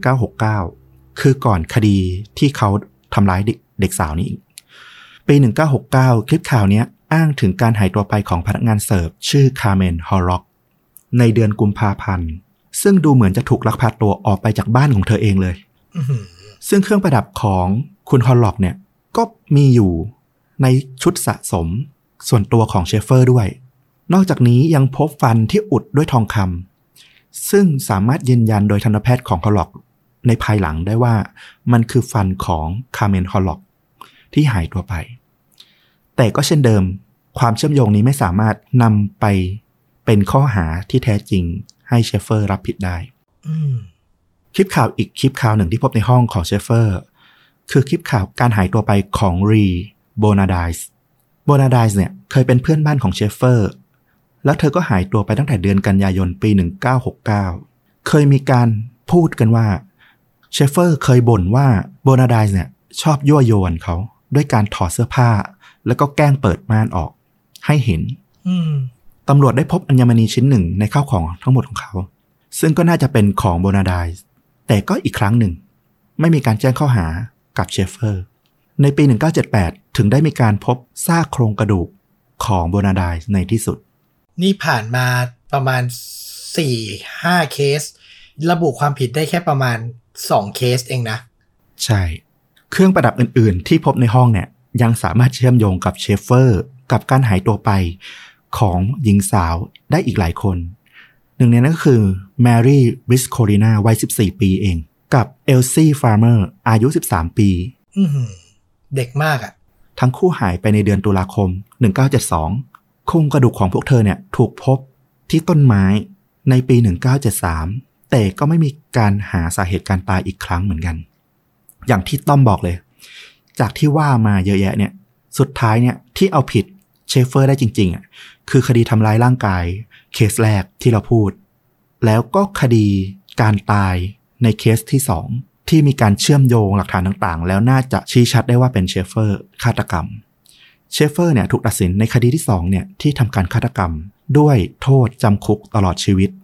1969คือก่อนคดีที่เขาทำร้ายเด็กสาวนี้ปี1969คลิปข่าวนี้อ้างถึงการหายตัวไปของพนักงานเสิร์ฟชื่อคาร์เมนฮอลล็อกในเดือนกุมภาพันธ์ซึ่งดูเหมือนจะถูกลักพาตัวออกไปจากบ้านของเธอเองเลยซึ่งเครื่องประดับของคุณฮอลล็อกเนี่ยก็มีอยู่ในชุดสะสมส่วนตัวของเชฟเฟอร์ด้วยนอกจากนี้ยังพบฟันที่อุดด้วยทองคำซึ่งสามารถยืนยันโดยทันตแพทย์ของฮอลล็อกในภายหลังได้ว่ามันคือฟันของคาร์เมนฮอลล็อกที่หายตัวไปแต่ก็เช่นเดิมความเชื่อมโยงนี้ไม่สามารถนำไปเป็นข้อหาที่แท้จริงให้เชฟเฟอร์รับผิดได้คลิปข่าวอีกคลิปข่าวหนึ่งที่พบในห้องของเชฟเฟอร์คือคลิปข่าวการหายตัวไปของรีโบนาไดส์เนี่ยเคยเป็นเพื่อนบ้านของเชฟเฟอร์แล้วเธอก็หายตัวไปตั้งแต่เดือนกันยายนปี1969เคยมีการพูดกันว่าเชฟเฟอร์เคยบ่นว่าโบนาไดส์เนี่ยชอบยั่วยวนเขาด้วยการถอดเสื้อผ้าแล้วก็แกล้งเปิดม่านออกให้เห็นตำรวจได้พบอัญมณีชิ้นหนึ่งในข้าวของทั้งหมดของเขาซึ่งก็น่าจะเป็นของโบนาไดส์แต่ก็อีกครั้งหนึ่งไม่มีการแจ้งข้อหากับเชฟเฟอร์ในปี1978ถึงได้มีการพบซากโครงกระดูกของโบนาไดส์ในที่สุดนี่ผ่านมาประมาณ 4-5 เคสระบุความผิดได้แค่ประมาณ2 เคสเองนะใช่เครื่องประดับอื่นๆที่พบในห้องเนี่ยยังสามารถเชื่อมโยงกับเชฟเฟอร์กับการหายตัวไปของหญิงสาวได้อีกหลายคนหนึ่งในนั้นก็คือแมรี่วิสโคลินาวัย14 ปีเองกับเอลซี่ฟาร์เมอร์อายุ13 ปีเด็กมากอ่ะทั้งคู่หายไปในเดือนตุลาคม1972โครงกระดูกของพวกเธอเนี่ยถูกพบที่ต้นไม้ในปี1973แต่ก็ไม่มีการหาสาเหตุการตายอีกครั้งเหมือนกันอย่างที่ต้อมบอกเลยจากที่ว่ามาเยอะแยะเนี่ยสุดท้ายเนี่ยที่เอาผิดเชฟเฟอร์ได้จริงๆอ่ะคือคดีทำร้ายร่างกายเคสแรกที่เราพูดแล้วก็คดีการตายในเคสที่2ที่มีการเชื่อมโยงหลักฐานต่างๆแล้วน่าจะชี้ชัดได้ว่าเป็นเชฟเฟอร์ฆาตกรรมเชฟเฟอร์เนี่ยถูกตัดสินในคดีที่2เนี่ยที่ทำการฆาตกรรมด้วยโทษจำคุกตลอดชีวิต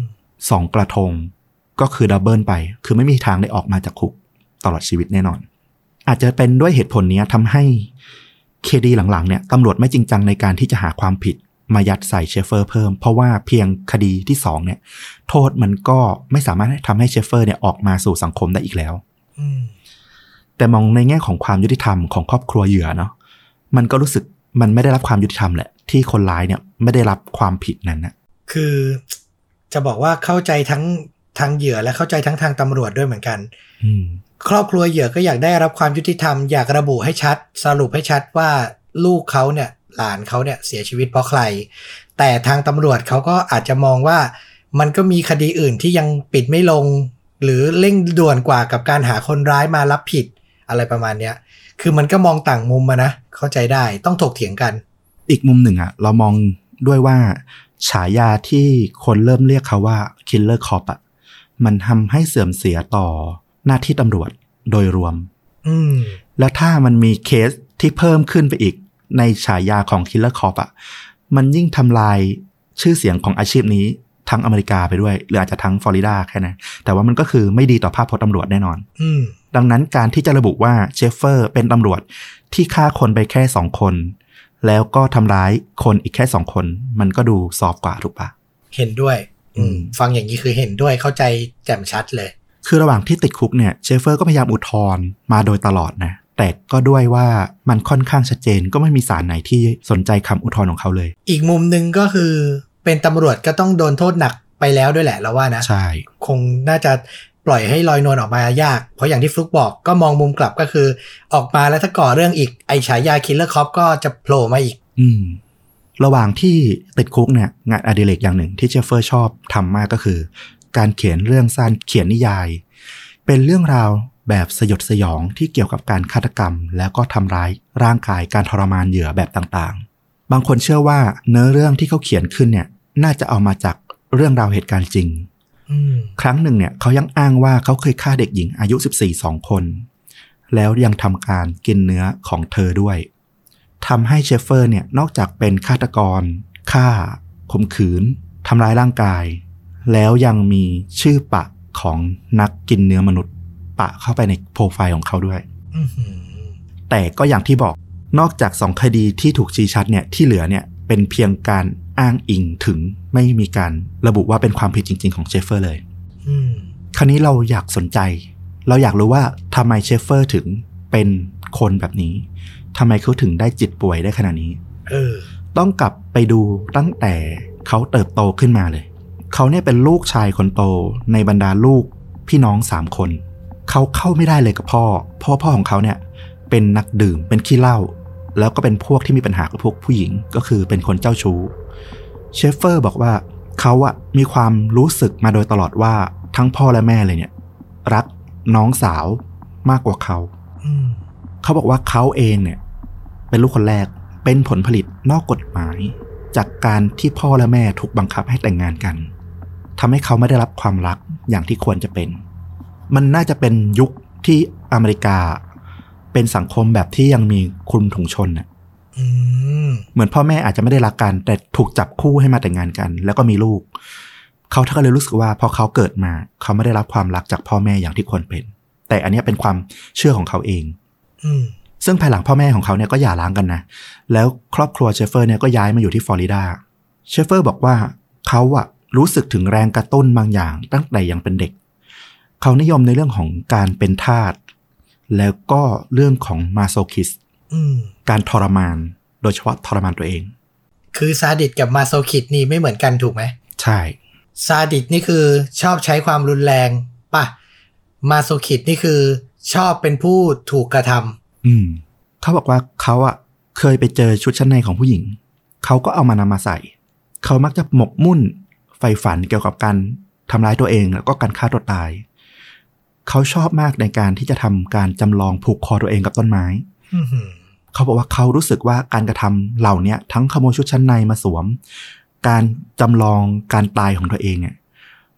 2กระทงก็คือดับเบิลไปคือไม่มีทางได้ออกมาจากคุกตลอดชีวิตแน่นอนอาจจะเป็นด้วยเหตุผลนี้ทำให้คดีหลังๆเนี่ยตำรวจไม่จริงจังในการที่จะหาความผิดมายัดใส่เชฟเฟอร์เพิ่มเพราะว่าเพียงคดีที่2เนี่ยโทษมันก็ไม่สามารถทำให้เชฟเฟอร์เนี่ยออกมาสู่สังคมได้อีกแล้วแต่มองในแง่ของความยุติธรรมของครอบครัวเหยื่อเนาะมันก็รู้สึกมันไม่ได้รับความยุติธรรมแหละที่คนร้ายเนี่ยไม่ได้รับความผิดนั้นนะคือจะบอกว่าเข้าใจทั้งทางเหยื่อและเข้าใจทั้งทางตำรวจด้วยเหมือนกันครอบครัวเหยื่อก็อยากได้รับความยุติธรรมอยากระบุให้ชัดสรุปให้ชัดว่าลูกเขาเนี่ยหลานเขาเนี่ยเสียชีวิตเพราะใครแต่ทางตำรวจเขาก็อาจจะมองว่ามันก็มีคดีอื่นที่ยังปิดไม่ลงหรือเร่งด่วนกว่ากับการหาคนร้ายมารับผิดอะไรประมาณเนี้ยคือมันก็มองต่างมุมนะเข้าใจได้ต้องถกเถียงกันอีกมุมหนึ่งอ่ะเรามองด้วยว่าฉายาที่คนเริ่มเรียกเขาว่า Killer Cop อ่ะมันทำให้เสื่อมเสียต่อหน้าที่ตำรวจโดยรวมแล้วถ้ามันมีเคสที่เพิ่มขึ้นไปอีกในฉายาของ Killer Cop อ่ะมันยิ่งทำลายชื่อเสียงของอาชีพนี้ทั้งอเมริกาไปด้วยหรืออาจจะทั้งฟลอริดาแค่นั้นแต่ว่ามันก็คือไม่ดีต่อภาพพจน์ตำรวจแน่นอนดังนั้นการที่จะระบุว่าเชฟเฟอร์เป็นตำรวจที่ฆ่าคนไปแค่2คนแล้วก็ทำร้ายคนอีกแค่2คนมันก็ดูซอฟต์กว่าถูกปะเห็นด้วยฟังอย่างนี้คือเห็นด้วยเข้าใจแจ่มชัดเลยคือระหว่างที่ติดคุกเนี่ยเชฟเฟอร์ก็พยายามอุทธรณ์มาโดยตลอดนะแต่ก็ด้วยว่ามันค่อนข้างชัดเจนก็ไม่มีศาลไหนที่สนใจคำอุทธรณ์ของเขาเลยอีกมุมนึงก็คือเป็นตำรวจก็ต้องโดนโทษหนักไปแล้วด้วยแหละเราว่านะใช่คงน่าจะปล่อยให้ลอยนวลออกมายากเพราะอย่างที่ฟลุกบอกก็มองมุมกลับก็คือออกมาแล้วถ้าก่อเรื่องอีกไอฉายา Killer Cop ก็จะโผล่มาอีกระหว่างที่ติดคุกเนี่ยงานอดิเรกอย่างหนึ่งที่เชฟเฟอร์ชอบทำมากก็คือการเขียนเรื่องสั้นเขียนนิยายเป็นเรื่องราวแบบสยดสยองที่เกี่ยวกับการฆาตกรรมแล้วก็ทำร้ายร่างกายการทรมานเหยื่อแบบต่างๆบางคนเชื่อว่าเนื้อเรื่องที่เขาเขียนขึ้นเนี่ยน่าจะเอามาจากเรื่องราวเหตุการณ์จริงครั้งหนึ่งเนี่ยเขายังอ้างว่าเขาเคยฆ่าเด็กหญิงอายุ14 2 คนแล้วยังทำการกินเนื้อของเธอด้วยทำให้เชฟเฟอร์เนี่ยนอกจากเป็นฆาตกรฆ่าข่มขืนทำร้ายร่างกายแล้วยังมีชื่อปะของนักกินเนื้อมนุษย์ปะเข้าไปในโปรไฟล์ของเขาด้วยแต่ก็อย่างที่บอกนอกจาก2คดีที่ถูกชี้ชัดเนี่ยที่เหลือเนี่ยเป็นเพียงการอ้างอิงถึงไม่มีการระบุว่าเป็นความผิดจริงๆของเชฟเฟอร์เลยคราวนี้เราอยากสนใจเราอยากรู้ว่าทำไมเชฟเฟอร์ถึงเป็นคนแบบนี้ทำไมเขาถึงได้จิตป่วยได้ขนาดนี้ต้องกลับไปดูตั้งแต่เขาเติบโตขึ้นมาเลยเขาเนี่ยเป็นลูกชายคนโตในบรรดาลูกพี่น้อง3 คนเขาเข้าไม่ได้เลยกับพ่อเพราะพ่อของเขาเนี่ยเป็นนักดื่มเป็นขี้เหล้าแล้วก็เป็นพวกที่มีปัญหากับพวกผู้หญิงก็คือเป็นคนเจ้าชู้เชฟเฟอร์บอกว่าเขาอะมีความรู้สึกมาโดยตลอดว่าทั้งพ่อและแม่เลยเนี่ยรักน้องสาวมากกว่าเขาเขาบอกว่าเขาเองเนี่ยเป็นลูกคนแรกเป็นผลผลิตนอกกฎหมายจากการที่พ่อและแม่ถูกบังคับให้แต่งงานกันทำให้เขาไม่ได้รับความรักอย่างที่ควรจะเป็นมันน่าจะเป็นยุคที่อเมริกาเป็นสังคมแบบที่ยังมีคลุมถุงชนน่ะเหมือนพ่อแม่อาจจะไม่ได้รักกันแต่ถูกจับคู่ให้มาแต่งงานกันแล้วก็มีลูกเขาก็เลยรู้สึกว่าพอเขาเกิดมาเขาไม่ได้รับความรักจากพ่อแม่อย่างที่ควรเป็นแต่อันนี้เป็นความเชื่อของเขาเองซึ่งภายหลังพ่อแม่ของเขาเนี่ยก็หย่าร้างกันนะแล้วครอบครัวเชฟเฟอร์เนี่ยก็ย้ายมาอยู่ที่ฟลอริดาเชฟเฟอร์บอกว่าเขาอะรู้สึกถึงแรงกระตุ้นบางอย่างตั้งแต่ยังเป็นเด็กเขานิยมในเรื่องของการเป็นทาสแล้วก็เรื่องของมาโซคิสการทรมานโดยเฉพาะทรมานตัวเองคือซาดิสกับมาโซคิสนี่ไม่เหมือนกันถูกไหมใช่ซาดิสนี่คือชอบใช้ความรุนแรงป่ะมาโซคิสนี่คือชอบเป็นผู้ถูกกระทำเขาบอกว่าเขาอะเคยไปเจอชุดชั้นในของผู้หญิงเขาก็เอามานำมาใส่เขามักจะหมกมุ่นใฝ่ฝันเกี่ยวกับการทำร้ายตัวเองแล้วก็การฆ่าตัวตายเขาชอบมากในการที่จะทำการจำลองผูกคอตัวเองกับต้นไม้เขาบอกว่าเขารู้สึกว่าการกระทำเหล่านี้ทั้งขโมยชุดชั้นในมาสวมการจำลองการตายของตัวเองเนี่ย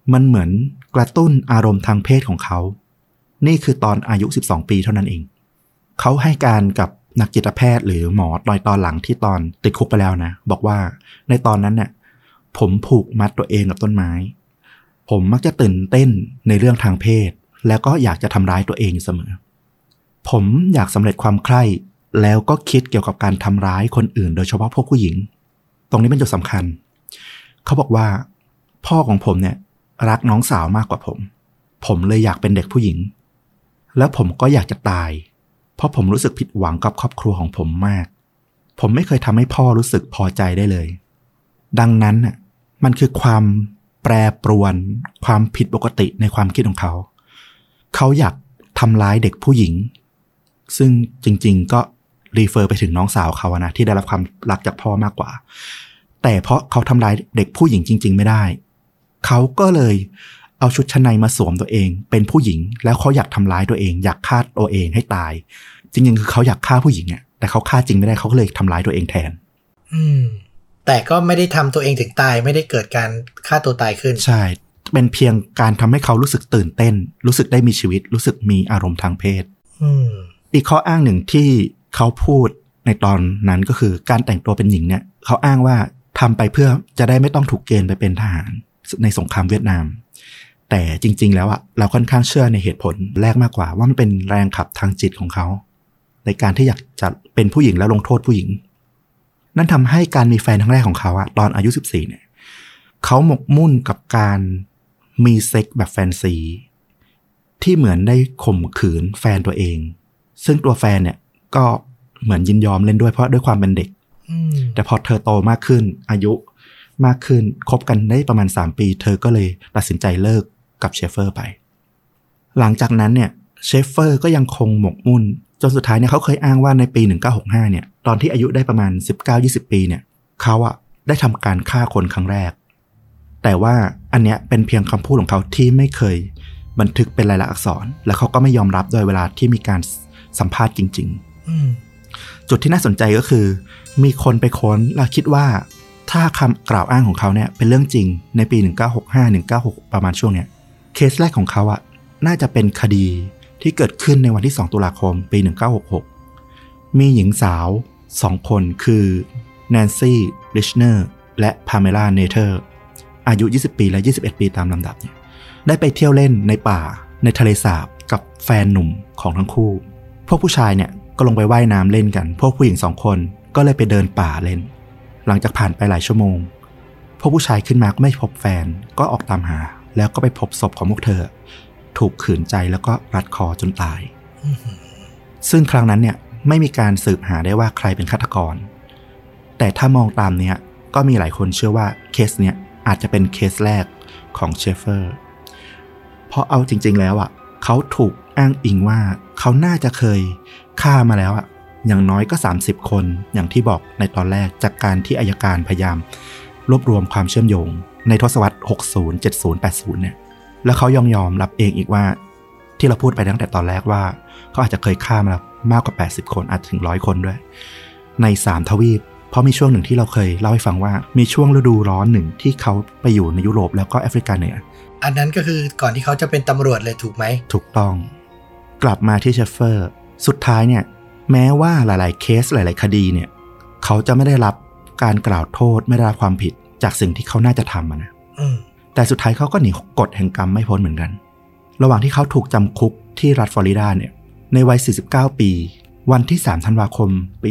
มันเหมือนกระตุ้นอารมณ์ทางเพศของเขานี่คือตอนอายุ12 ปีเท่านั้นเองเขาให้การกับนักจิตแพทย์หรือหมอตอนหลังที่ตอนติดคุกไปแล้วนะบอกว่าในตอนนั้นเนี่ยผมผูกมัดตัวเองกับต้นไม้ผมมักจะตื่นเต้นในเรื่องทางเพศแล้วก็อยากจะทำร้ายตัวเองอยู่เสมอผมอยากสำเร็จความใคร่แล้วก็คิดเกี่ยวกับการทำร้ายคนอื่นโดยเฉพาะพวกผู้หญิงตรงนี้เป็นจุดสำคัญเขาบอกว่าพ่อของผมเนี่ยรักน้องสาวมากกว่าผมเลยอยากเป็นเด็กผู้หญิงแล้วผมก็อยากจะตายเพราะผมรู้สึกผิดหวังกับครอบครัวของผมมากผมไม่เคยทำให้พ่อรู้สึกพอใจได้เลยดังนั้นน่ะมันคือความแปรปรวนความผิดปกติในความคิดของเขาอยากทำร้ายเด็กผู้หญิงซึ่งจริงๆก็รีเฟอร์ไปถึงน้องสาวเขานะที่ได้รับความรักจากพ่อมากกว่าแต่เพราะเขาทำร้ายเด็กผู้หญิงจริงๆไม่ได้เขาก็เลยเอาชุดชั้นในมาสวมตัวเองเป็นผู้หญิงแล้วเขาอยากทำร้ายตัวเองอยากฆ่าตัวเองให้ตายจริงๆคือเขาอยากฆ่าผู้หญิงอ่ะแต่เขาฆ่าจริงไม่ได้เขาก็เลยทำร้ายตัวเองแทนแต่ก็ไม่ได้ทำตัวเองถึงตายไม่ได้เกิดการฆ่าตัวตายขึ้นใช่เป็นเพียงการทำให้เขารู้สึกตื่นเต้นรู้สึกได้มีชีวิตรู้สึกมีอารมณ์ทางเพศอีกข้ออ้างหนึ่งที่เขาพูดในตอนนั้นก็คือการแต่งตัวเป็นหญิงเนี่ยเขาอ้างว่าทำไปเพื่อจะได้ไม่ต้องถูกเกณฑ์ไปเป็นทหารในสงครามเวียดนามแต่จริงๆแล้วเราค่อนข้างเชื่อในเหตุผลแรกมากกว่าว่ามันเป็นแรงขับทางจิตของเขาในการที่อยากจะเป็นผู้หญิงแล้วลงโทษผู้หญิงนั่นทำให้การมีแฟนครั้งแรกของเขาตอนอายุ14เนี่ยเขาหมกมุ่นกับการมีเซ็กแบบแฟนซีที่เหมือนได้ข่มขืนแฟนตัวเองซึ่งตัวแฟนเนี่ยก็เหมือนยินยอมเล่นด้วยเพราะด้วยความเป็นเด็กแต่พอเธอโตมากขึ้นอายุมากขึ้นคบกันได้ประมาณ3 ปีเธอก็เลยตัดสินใจเลิกกับเชฟเฟอร์ไปหลังจากนั้นเนี่ยเชฟเฟอร์ก็ยังคงหมกมุ่นจนสุดท้ายเนี่ยเขาเคยอ้างว่าในปี1965เนี่ยตอนที่อายุได้ประมาณ 19-20 ปีเนี่ยเขาได้ทำการฆ่าคนครั้งแรกแต่ว่าอันเนี้ยเป็นเพียงคำพูดของเขาที่ไม่เคยบันทึกเป็นลายลักษณ์อักษรและเขาก็ไม่ยอมรับโดยเวลาที่มีการสัมภาษณ์จริงๆจุดที่น่าสนใจก็คือมีคนไปค้นและคิดว่าถ้าคำกล่าวอ้างของเขาเนี่ยเป็นเรื่องจริงในปี1965-1966ประมาณช่วงเนี้ยเคสแรกของเขาน่าจะเป็นคดีที่เกิดขึ้นในวันที่2 ตุลาคมปี1966มีหญิงสาว2 คนคือแนนซี่ริชเนอร์และพาเมล่าเนเธอร์อายุ20 ปีและ21 ปีตามลำดับเนี่ยได้ไปเที่ยวเล่นในป่าในทะเลสาบกับแฟนหนุ่มของทั้งคู่พวกผู้ชายเนี่ยก็ลงไปว่ายน้ำเล่นกันพวกผู้หญิง2 คนก็เลยไปเดินป่าเล่นหลังจากผ่านไปหลายชั่วโมงพวกผู้ชายขึ้นมาก็ไม่พบแฟนก็ออกตามหาแล้วก็ไปพบศพของพวกเธอถูกขืนใจแล้วก็รัดคอจนตายซึ่งครั้งนั้นเนี่ยไม่มีการสืบหาได้ว่าใครเป็นฆาตกรแต่ถ้ามองตามเนี้ยก็มีหลายคนเชื่อว่าเคสเนี้ยอาจจะเป็นเคสแรกของเชฟเฟอร์เพราะเอาจริงๆแล้วเขาถูกอ้างอิงว่าเขาน่าจะเคยฆ่ามาแล้วอย่างน้อยก็30 คนอย่างที่บอกในตอนแรกจากการที่อัยการพยายามรวบรวมความเชื่อมโยงในทศวรรษ60 70 80เนี่ยแล้วเขายอมรับเองอีกว่าที่เราพูดไปตั้งแต่ตอนแรกว่าเขาอาจจะเคยฆ่ามาแล้วมากกว่า80 คนอาจถึง100 คนด้วยใน3 ทวีปเพราะมีช่วงหนึ่งที่เราเคยเล่าให้ฟังว่ามีช่วงฤดูร้อนหนึ่งที่เขาไปอยู่ในยุโรปแล้วก็แอฟริกาเหนืออันนั้นก็คือก่อนที่เขาจะเป็นตำรวจเลยถูกไหมถูกต้องกลับมาที่เชฟเฟอร์สุดท้ายเนี่ยแม้ว่าหลายๆเคสหลายๆคดีเนี่ยเขาจะไม่ได้รับการกล่าวโทษไม่ได้รับความผิดจากสิ่งที่เขาน่าจะทำนะแต่สุดท้ายเขาก็หนีกฎแห่งกรรมไม่พ้นเหมือนกันระหว่างที่เขาถูกจำคุกที่รัฐฟลอริดาเนี่ยในวัย49 ปีวันที่3 ธันวาคมปี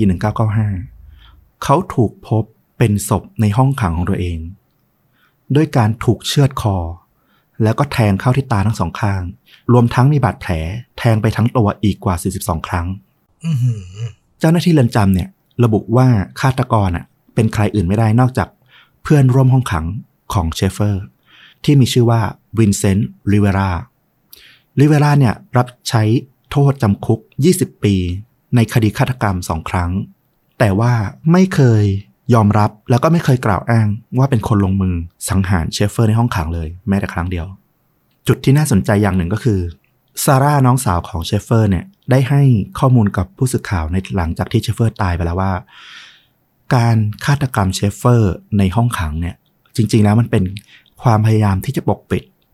1995เขาถูกพบเป็นศพในห้องขังของตัวเองด้วยการถูกเชือดคอแล้วก็แทงเข้าที่ตาทั้ง2 ข้างรวมทั้งมีบาดแผลแทงไปทั้งตัวอีกกว่า42 ครั้งเจ้าหน้าที่เรือนจำเนี่ยระบุว่าฆาตกรเป็นใครอื่นไม่ได้นอกจากเพื่อนร่วมห้องขังของเชฟเฟอร์ที่มีชื่อว่าวินเซนต์ริเวราเนี่ยรับใช้โทษจำคุก20 ปีในคดีฆาตกรรม2 ครั้งแต่ว่าไม่เคยยอมรับแล้วก็ไม่เคยกล่าวอ้างว่าเป็นคนลงมือสังหารเชฟเฟอร์ในห้องขังเลยแม้แต่ครั้งเดียวจุดที่น่าสนใจอย่างหนึ่งก็คือซาร่าน้องสาวของเชฟเฟอร์เนี่ยได้ให้ข้อมูลกับผู้สื่อข่าวในหลังจากที่เชฟเฟอร์ตายไปแล้วว่าการฆาตกรรมเชฟเฟอร์ในห้องขังเนี่ยจริงๆแล้วมันเป็นความพยายามที่จะปกปิด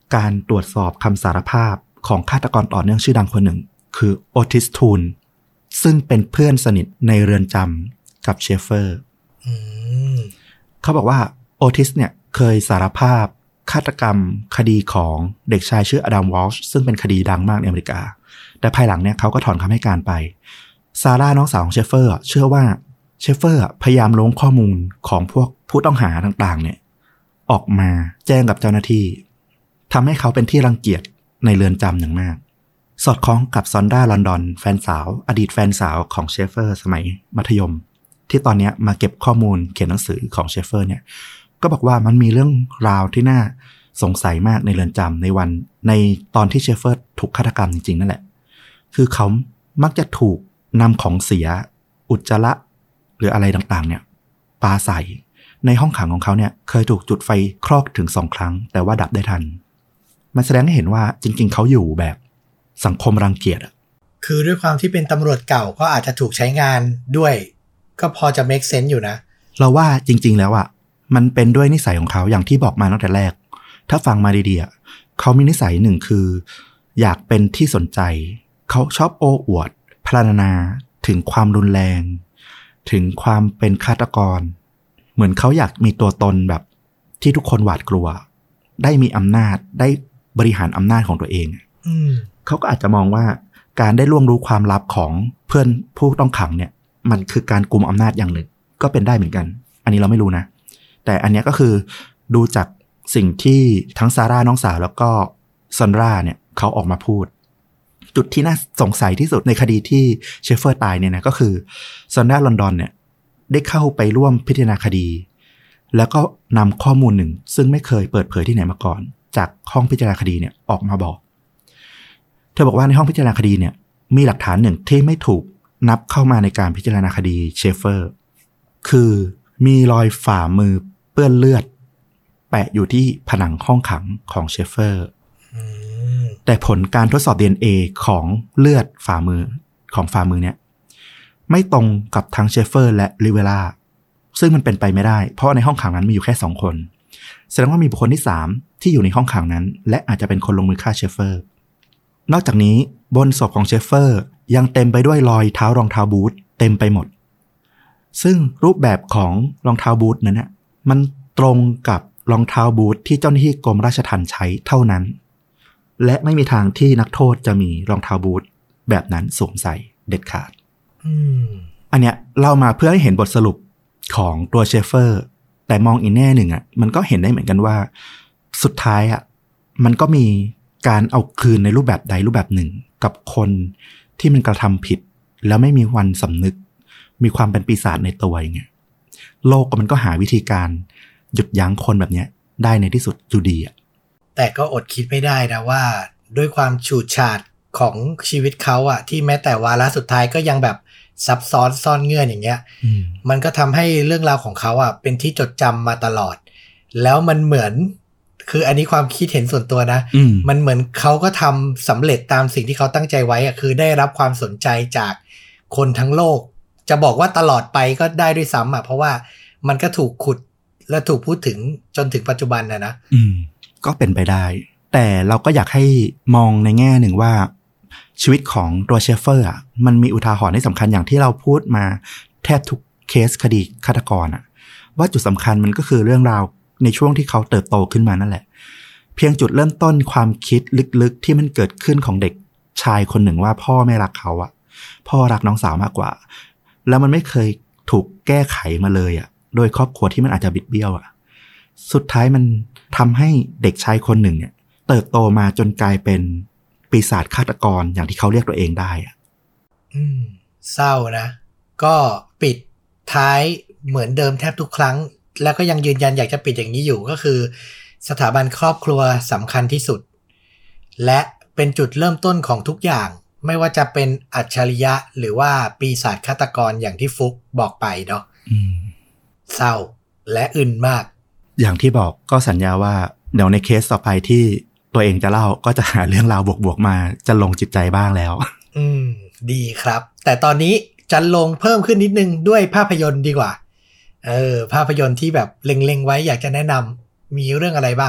การตรวจสอบคำสารภาพของฆาตกรต่อเนื่องชื่อดังคนหนึ่งคือโอทิสทูนซึ่งเป็นเพื่อนสนิทในเรือนจำกับเชฟเฟอร์เขาบอกว่าโอทิสเนี่ยเคยสารภาพฆาตกรรมคดีของเด็กชายชื่ออดัมวอลช์ซึ่งเป็นคดีดังมากในอเมริกาแต่ภายหลังเนี่ยเขาก็ถอนคำให้การไปซาร่าน้องสาวของเชฟเฟอร์เชื่อว่าเชฟเฟอร์พยายามล้วงข้อมูลของพวกผู้ต้องหาต่างๆเนี่ยออกมาแจ้งกับเจ้าหน้าที่ทำให้เขาเป็นที่รังเกียจในเรือนจำอย่างมากสอดคล้องกับซอนดาลอนดอนแฟนสาวอดีตแฟนสาวของเชฟเฟอร์สมัยมัธยมที่ตอนนี้มาเก็บข้อมูลเขียนหนังสือของเชฟเฟอร์เนี่ยก็บอกว่ามันมีเรื่องราวที่น่าสงสัยมากในเรือนจำในตอนที่เชฟเฟอร์ถูกฆาตกรรมจริงๆนั่นแหละคือเขามักจะถูกนำของเสียอุจจาระหรืออะไรต่างๆเนี่ยปาใส่ในห้องขังของเขาเนี่ยเคยถูกจุดไฟคลอกถึง2 ครั้งแต่ว่าดับได้ทันมันแสดงให้เห็นว่าจริงๆเขาอยู่แบบสังคมรังเกียจคือด้วยความที่เป็นตำรวจเก่าก็อาจจะถูกใช้งานด้วยก็พอจะ make sense อยู่นะเราว่าจริงๆแล้วอ่ะมันเป็นด้วยนิสัยของเขาอย่างที่บอกมาตั้งแต่แรกถ้าฟังมาดีๆเขามีนิสัยหนึ่งคืออยากเป็นที่สนใจเขาชอบโอ้อวดพรรณนาถึงความรุนแรงถึงความเป็นฆาตกรเหมือนเขาอยากมีตัวตนแบบที่ทุกคนหวาดกลัวได้มีอำนาจได้บริหารอำนาจของตัวเองเขาก็อาจจะมองว่าการได้ล่วงรู้ความลับของเพื่อนผู้ต้องขังเนี่ยมันคือการกุมอำนาจอย่างหนึ่งก็เป็นได้เหมือนกันอันนี้เราไม่รู้นะแต่อันนี้ก็คือดูจากสิ่งที่ทั้งซาร่าน้องสาวแล้วก็ซอนราเนี่ยเขาออกมาพูดจุดที่น่าสงสัยที่สุดในคดีที่เชฟเฟอร์ตายเนี่ยนะก็คือซอนดาลอนดอนเนี่ยได้เข้าไปร่วมพิจารณาคดีแล้วก็นำข้อมูลหนึ่งซึ่งไม่เคยเปิดเผยที่ไหนมาก่อนจากห้องพิจารณาคดีเนี่ยออกมาบอกเธอบอกว่าในห้องพิจารณาคดีเนี่ยมีหลักฐานหนึ่งที่ไม่ถูกนับเข้ามาในการพิจารณาคดีเชฟเฟอร์คือมีรอยฝ่ามือเปื้อนเลือดแปะอยู่ที่ผนังห้องขังของเชฟเฟอร์แต่ผลการทดสอบ DNA ของเลือดฝ่ามือเนี่ยไม่ตรงกับทั้งเชฟเฟอร์และริเวล่าซึ่งมันเป็นไปไม่ได้เพราะในห้องขังนั้นมีอยู่แค่2 คนแสดงว่ามีบุคคลที่3ที่อยู่ในห้องขังนั้นและอาจจะเป็นคนลงมือฆ่าเชฟเฟอร์นอกจากนี้บนศพของเชฟเฟอร์ยังเต็มไปด้วยรอยเท้ารองเท้าบูทเต็มไปหมดซึ่งรูปแบบของรองเท้าบูทนั้นมันตรงกับรองเท้าบูทที่เจ้าหน้าที่กรมราชทัณฑ์ใช้เท่านั้นและไม่มีทางที่นักโทษจะมีรองเท้าบูทแบบนั้นสวมใส่เด็ดขาดอันเนี้ยเล่ามาเพื่อให้เห็นบทสรุปของตัวเชฟเฟอร์แต่มองอีกแง่หนึ่งมันก็เห็นได้เหมือนกันว่าสุดท้ายมันก็มีการเอาคืนในรูปแบบใดรูปแบบหนึ่งกับคนที่มันกระทำผิดแล้วไม่มีวันสำนึกมีความเป็นปีศาจในตัวอย่างเงี้ยโลกมันก็หาวิธีการหยุดยั้งคนแบบนี้ได้ในที่สุดอยู่ดีแต่ก็อดคิดไม่ได้นะว่าด้วยความฉูดฉาดของชีวิตเขาที่แม้แต่วาระสุดท้ายก็ยังแบบซับซ้อนซ่อนเงื่อนอย่างเงี้ยมันก็ทำให้เรื่องราวของเขาเป็นที่จดจำมาตลอดแล้วมันเหมือนคืออันนี้ความคิดเห็นส่วนตัวนะมันเหมือนเขาก็ทำสำเร็จตามสิ่งที่เขาตั้งใจไว้คือได้รับความสนใจจากคนทั้งโลกจะบอกว่าตลอดไปก็ได้ด้วยซ้ำเพราะว่ามันก็ถูกขุดและถูกพูดถึงจนถึงปัจจุบันนะก็เป็นไปได้แต่เราก็อยากให้มองในแง่หนึ่งว่าชีวิตของตัวเชฟเฟอร์มันมีอุทาหรณ์ที่สำคัญอย่างที่เราพูดมาแทบทุกเคสคดีฆาตกรว่าจุดสำคัญมันก็คือเรื่องราวในช่วงที่เขาเติบโตขึ้นมานั่นแหละเพียงจุดเริ่มต้นความคิดลึกๆที่มันเกิดขึ้นของเด็กชายคนหนึ่งว่าพ่อไม่รักเขาพ่อรักน้องสาวมากกว่าแล้วมันไม่เคยถูกแก้ไขมาเลยโดยครอบครัวที่มันอาจจะบิดเบี้ยวสุดท้ายมันทำให้เด็กชายคนหนึ่งเนี่ยเติบโตมาจนกลายเป็นปีศาจฆาตกรอย่างที่เขาเรียกตัวเองได้เศร้านะก็ปิดท้ายเหมือนเดิมแทบทุกครั้งแล้วก็ยังยืนยันอยากจะปิดอย่างนี้อยู่ก็คือสถาบันครอบครัวสำคัญที่สุดและเป็นจุดเริ่มต้นของทุกอย่างไม่ว่าจะเป็นอัจฉริยะหรือว่าปีศาจฆาตกรอย่างที่ฟุกบอกไปเนาะเศร้าและอึนมากอย่างที่บอกก็สัญญาว่าเดี๋ยวในเคสต่อไปที่ตัวเองจะเล่าก็จะหาเรื่องราวบวกๆมาจะลงจิตใจบ้างแล้วดีครับแต่ตอนนี้จะลงเพิ่มขึ้นนิดนึงด้วยภาพยนตร์ดีกว่าภาพยนตร์ที่แบบเล็งๆไว้อยากจะแนะนำมีเรื่องอะไรบ้าง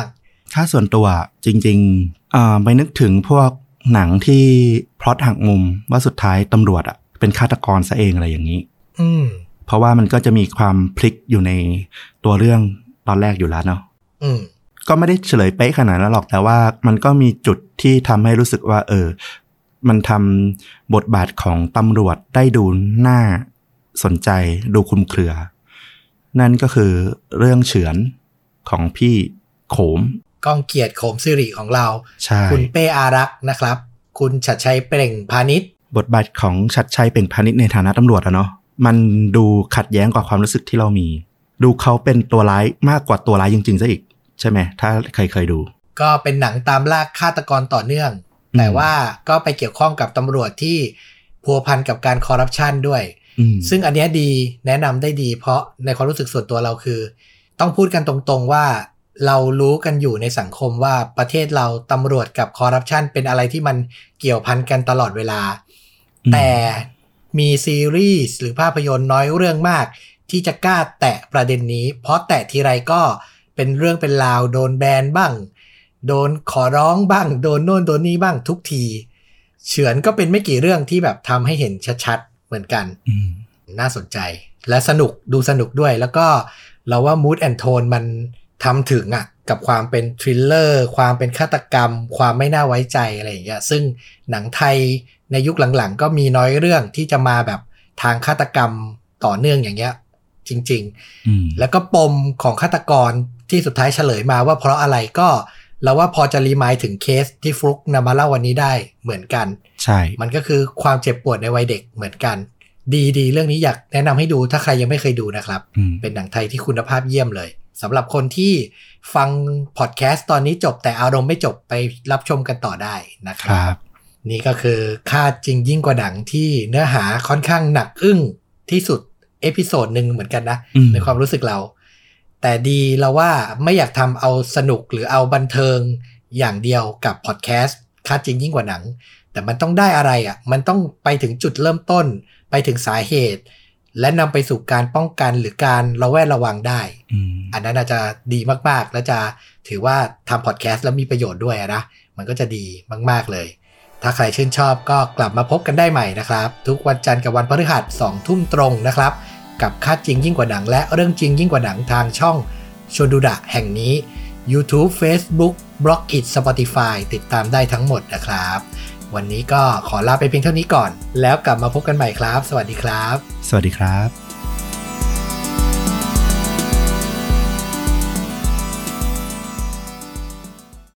ถ้าส่วนตัวจริงๆไปนึกถึงพวกหนังที่พล็อตหักมุมว่าสุดท้ายตำรวจอ่ะเป็นฆาตกรซะเองอะไรอย่างนี้เพราะว่ามันก็จะมีความพลิกอยู่ในตัวเรื่องตอนแรกอยู่แล้วเนาะก็ไม่ได้เฉลยเป๊ะขนาดนั้นหรอกแต่ว่ามันก็มีจุดที่ทำให้รู้สึกว่ามันทำบทบาทของตำรวจได้ดูน่าสนใจดูคลุมเครือนั่นก็คือเรื่องเฉือนของพี่โขมก้องเกียรติโขมสิริของเราคุณเป้อารักษ์นะครับคุณชัดชัยเปล่งพาณิชย์บทบาทของชัดชัยเปล่งพาณิชย์ในฐานะตำรวจอะเนาะมันดูขัดแย้งกับความรู้สึกที่เรามีดูเขาเป็นตัวร้ายมากกว่าตัวร้ายจริงๆซะอีกใช่ไหมถ้าใครเคยดูก็เป็นหนังตามล่าฆาตกรต่อเนื่องแต่ว่าก็ไปเกี่ยวข้องกับตำรวจที่พัวพันกับการคอร์รัปชันด้วยซึ่งอันนี้ดีแนะนำได้ดีเพราะในความรู้สึกส่วนตัวเราคือต้องพูดกันตรงๆว่าเรารู้กันอยู่ในสังคมว่าประเทศเราตำรวจกับคอร์รัปชันเป็นอะไรที่มันเกี่ยวพันกันตลอดเวลาแต่มีซีรีส์หรือภาพยนตร์น้อยเรื่องมากที่จะกล้าแตะประเด็นนี้เพราะแตะทีไรก็เป็นเรื่องเป็นราวโดนแบนบ้างโดนขอร้องบ้างโดนโน่นโดนนี่บ้างทุกทีเฉือนก็เป็นไม่กี่เรื่องที่แบบทำให้เห็นชัดๆเหมือนกันน่าสนใจและสนุกดูสนุกด้วยแล้วก็เราว่า mood and tone มันทำถึงอ่ะกับความเป็นทริลเลอร์ความเป็นฆาตกรรมความไม่น่าไว้ใจอะไรอย่างเงี้ยซึ่งหนังไทยในยุคหลังๆก็มีน้อยเรื่องที่จะมาแบบทางฆาตกรรมต่อเนื่องอย่างเงี้ยจริงๆแล้วก็ปมของฆาตกรที่สุดท้ายเฉลยมาว่าเพราะอะไรก็เราว่าพอจะรีมายถึงเคสที่ฟลุกนำมาเล่าวันนี้ได้เหมือนกันใช่มันก็คือความเจ็บปวดในวัยเด็กเหมือนกันดีเรื่องนี้อยากแนะนำให้ดูถ้าใครยังไม่เคยดูนะครับเป็นหนังไทยที่คุณภาพเยี่ยมเลยสำหรับคนที่ฟังพอดแคสต์ตอนนี้จบแต่อารมณ์ไม่จบไปรับชมกันต่อได้นะครับนี่ก็คือค่าจริงยิ่งกว่าหนังที่เนื้อหาค่อนข้างหนักอึ้งที่สุดเอพิโซดนึงเหมือนกันนะในความรู้สึกเราแต่ดีเราว่าไม่อยากทำเอาสนุกหรือเอาบันเทิงอย่างเดียวกับพอดแคสต์ค่าจริงยิ่งกว่าหนังแต่มันต้องได้อะไรอ่ะมันต้องไปถึงจุดเริ่มต้นไปถึงสาเหตุและนำไปสู่การป้องกันหรือการระแวดระวังได้อันนั้นอาจจะดีมากๆและจะถือว่าทำพอดแคสต์แล้วมีประโยชน์ด้วยนะมันก็จะดีมากๆเลยถ้าใครชื่นชอบก็กลับมาพบกันได้ใหม่นะครับทุกวันจันทร์กับวันพฤหัส 20:00 นตรงนะครับกับค่าจริงยิ่งกว่าหนังและเรื่องจริงยิ่งกว่าหนังทางช่องชวนดูดะแห่งนี้ YouTube Facebook Blogit Spotify ติดตามได้ทั้งหมดนะครับวันนี้ก็ขอลาไปเพียงเท่านี้ก่อนแล้วกลับมาพบกันใหม่ครับสวัสดีครับสวัสดีครับ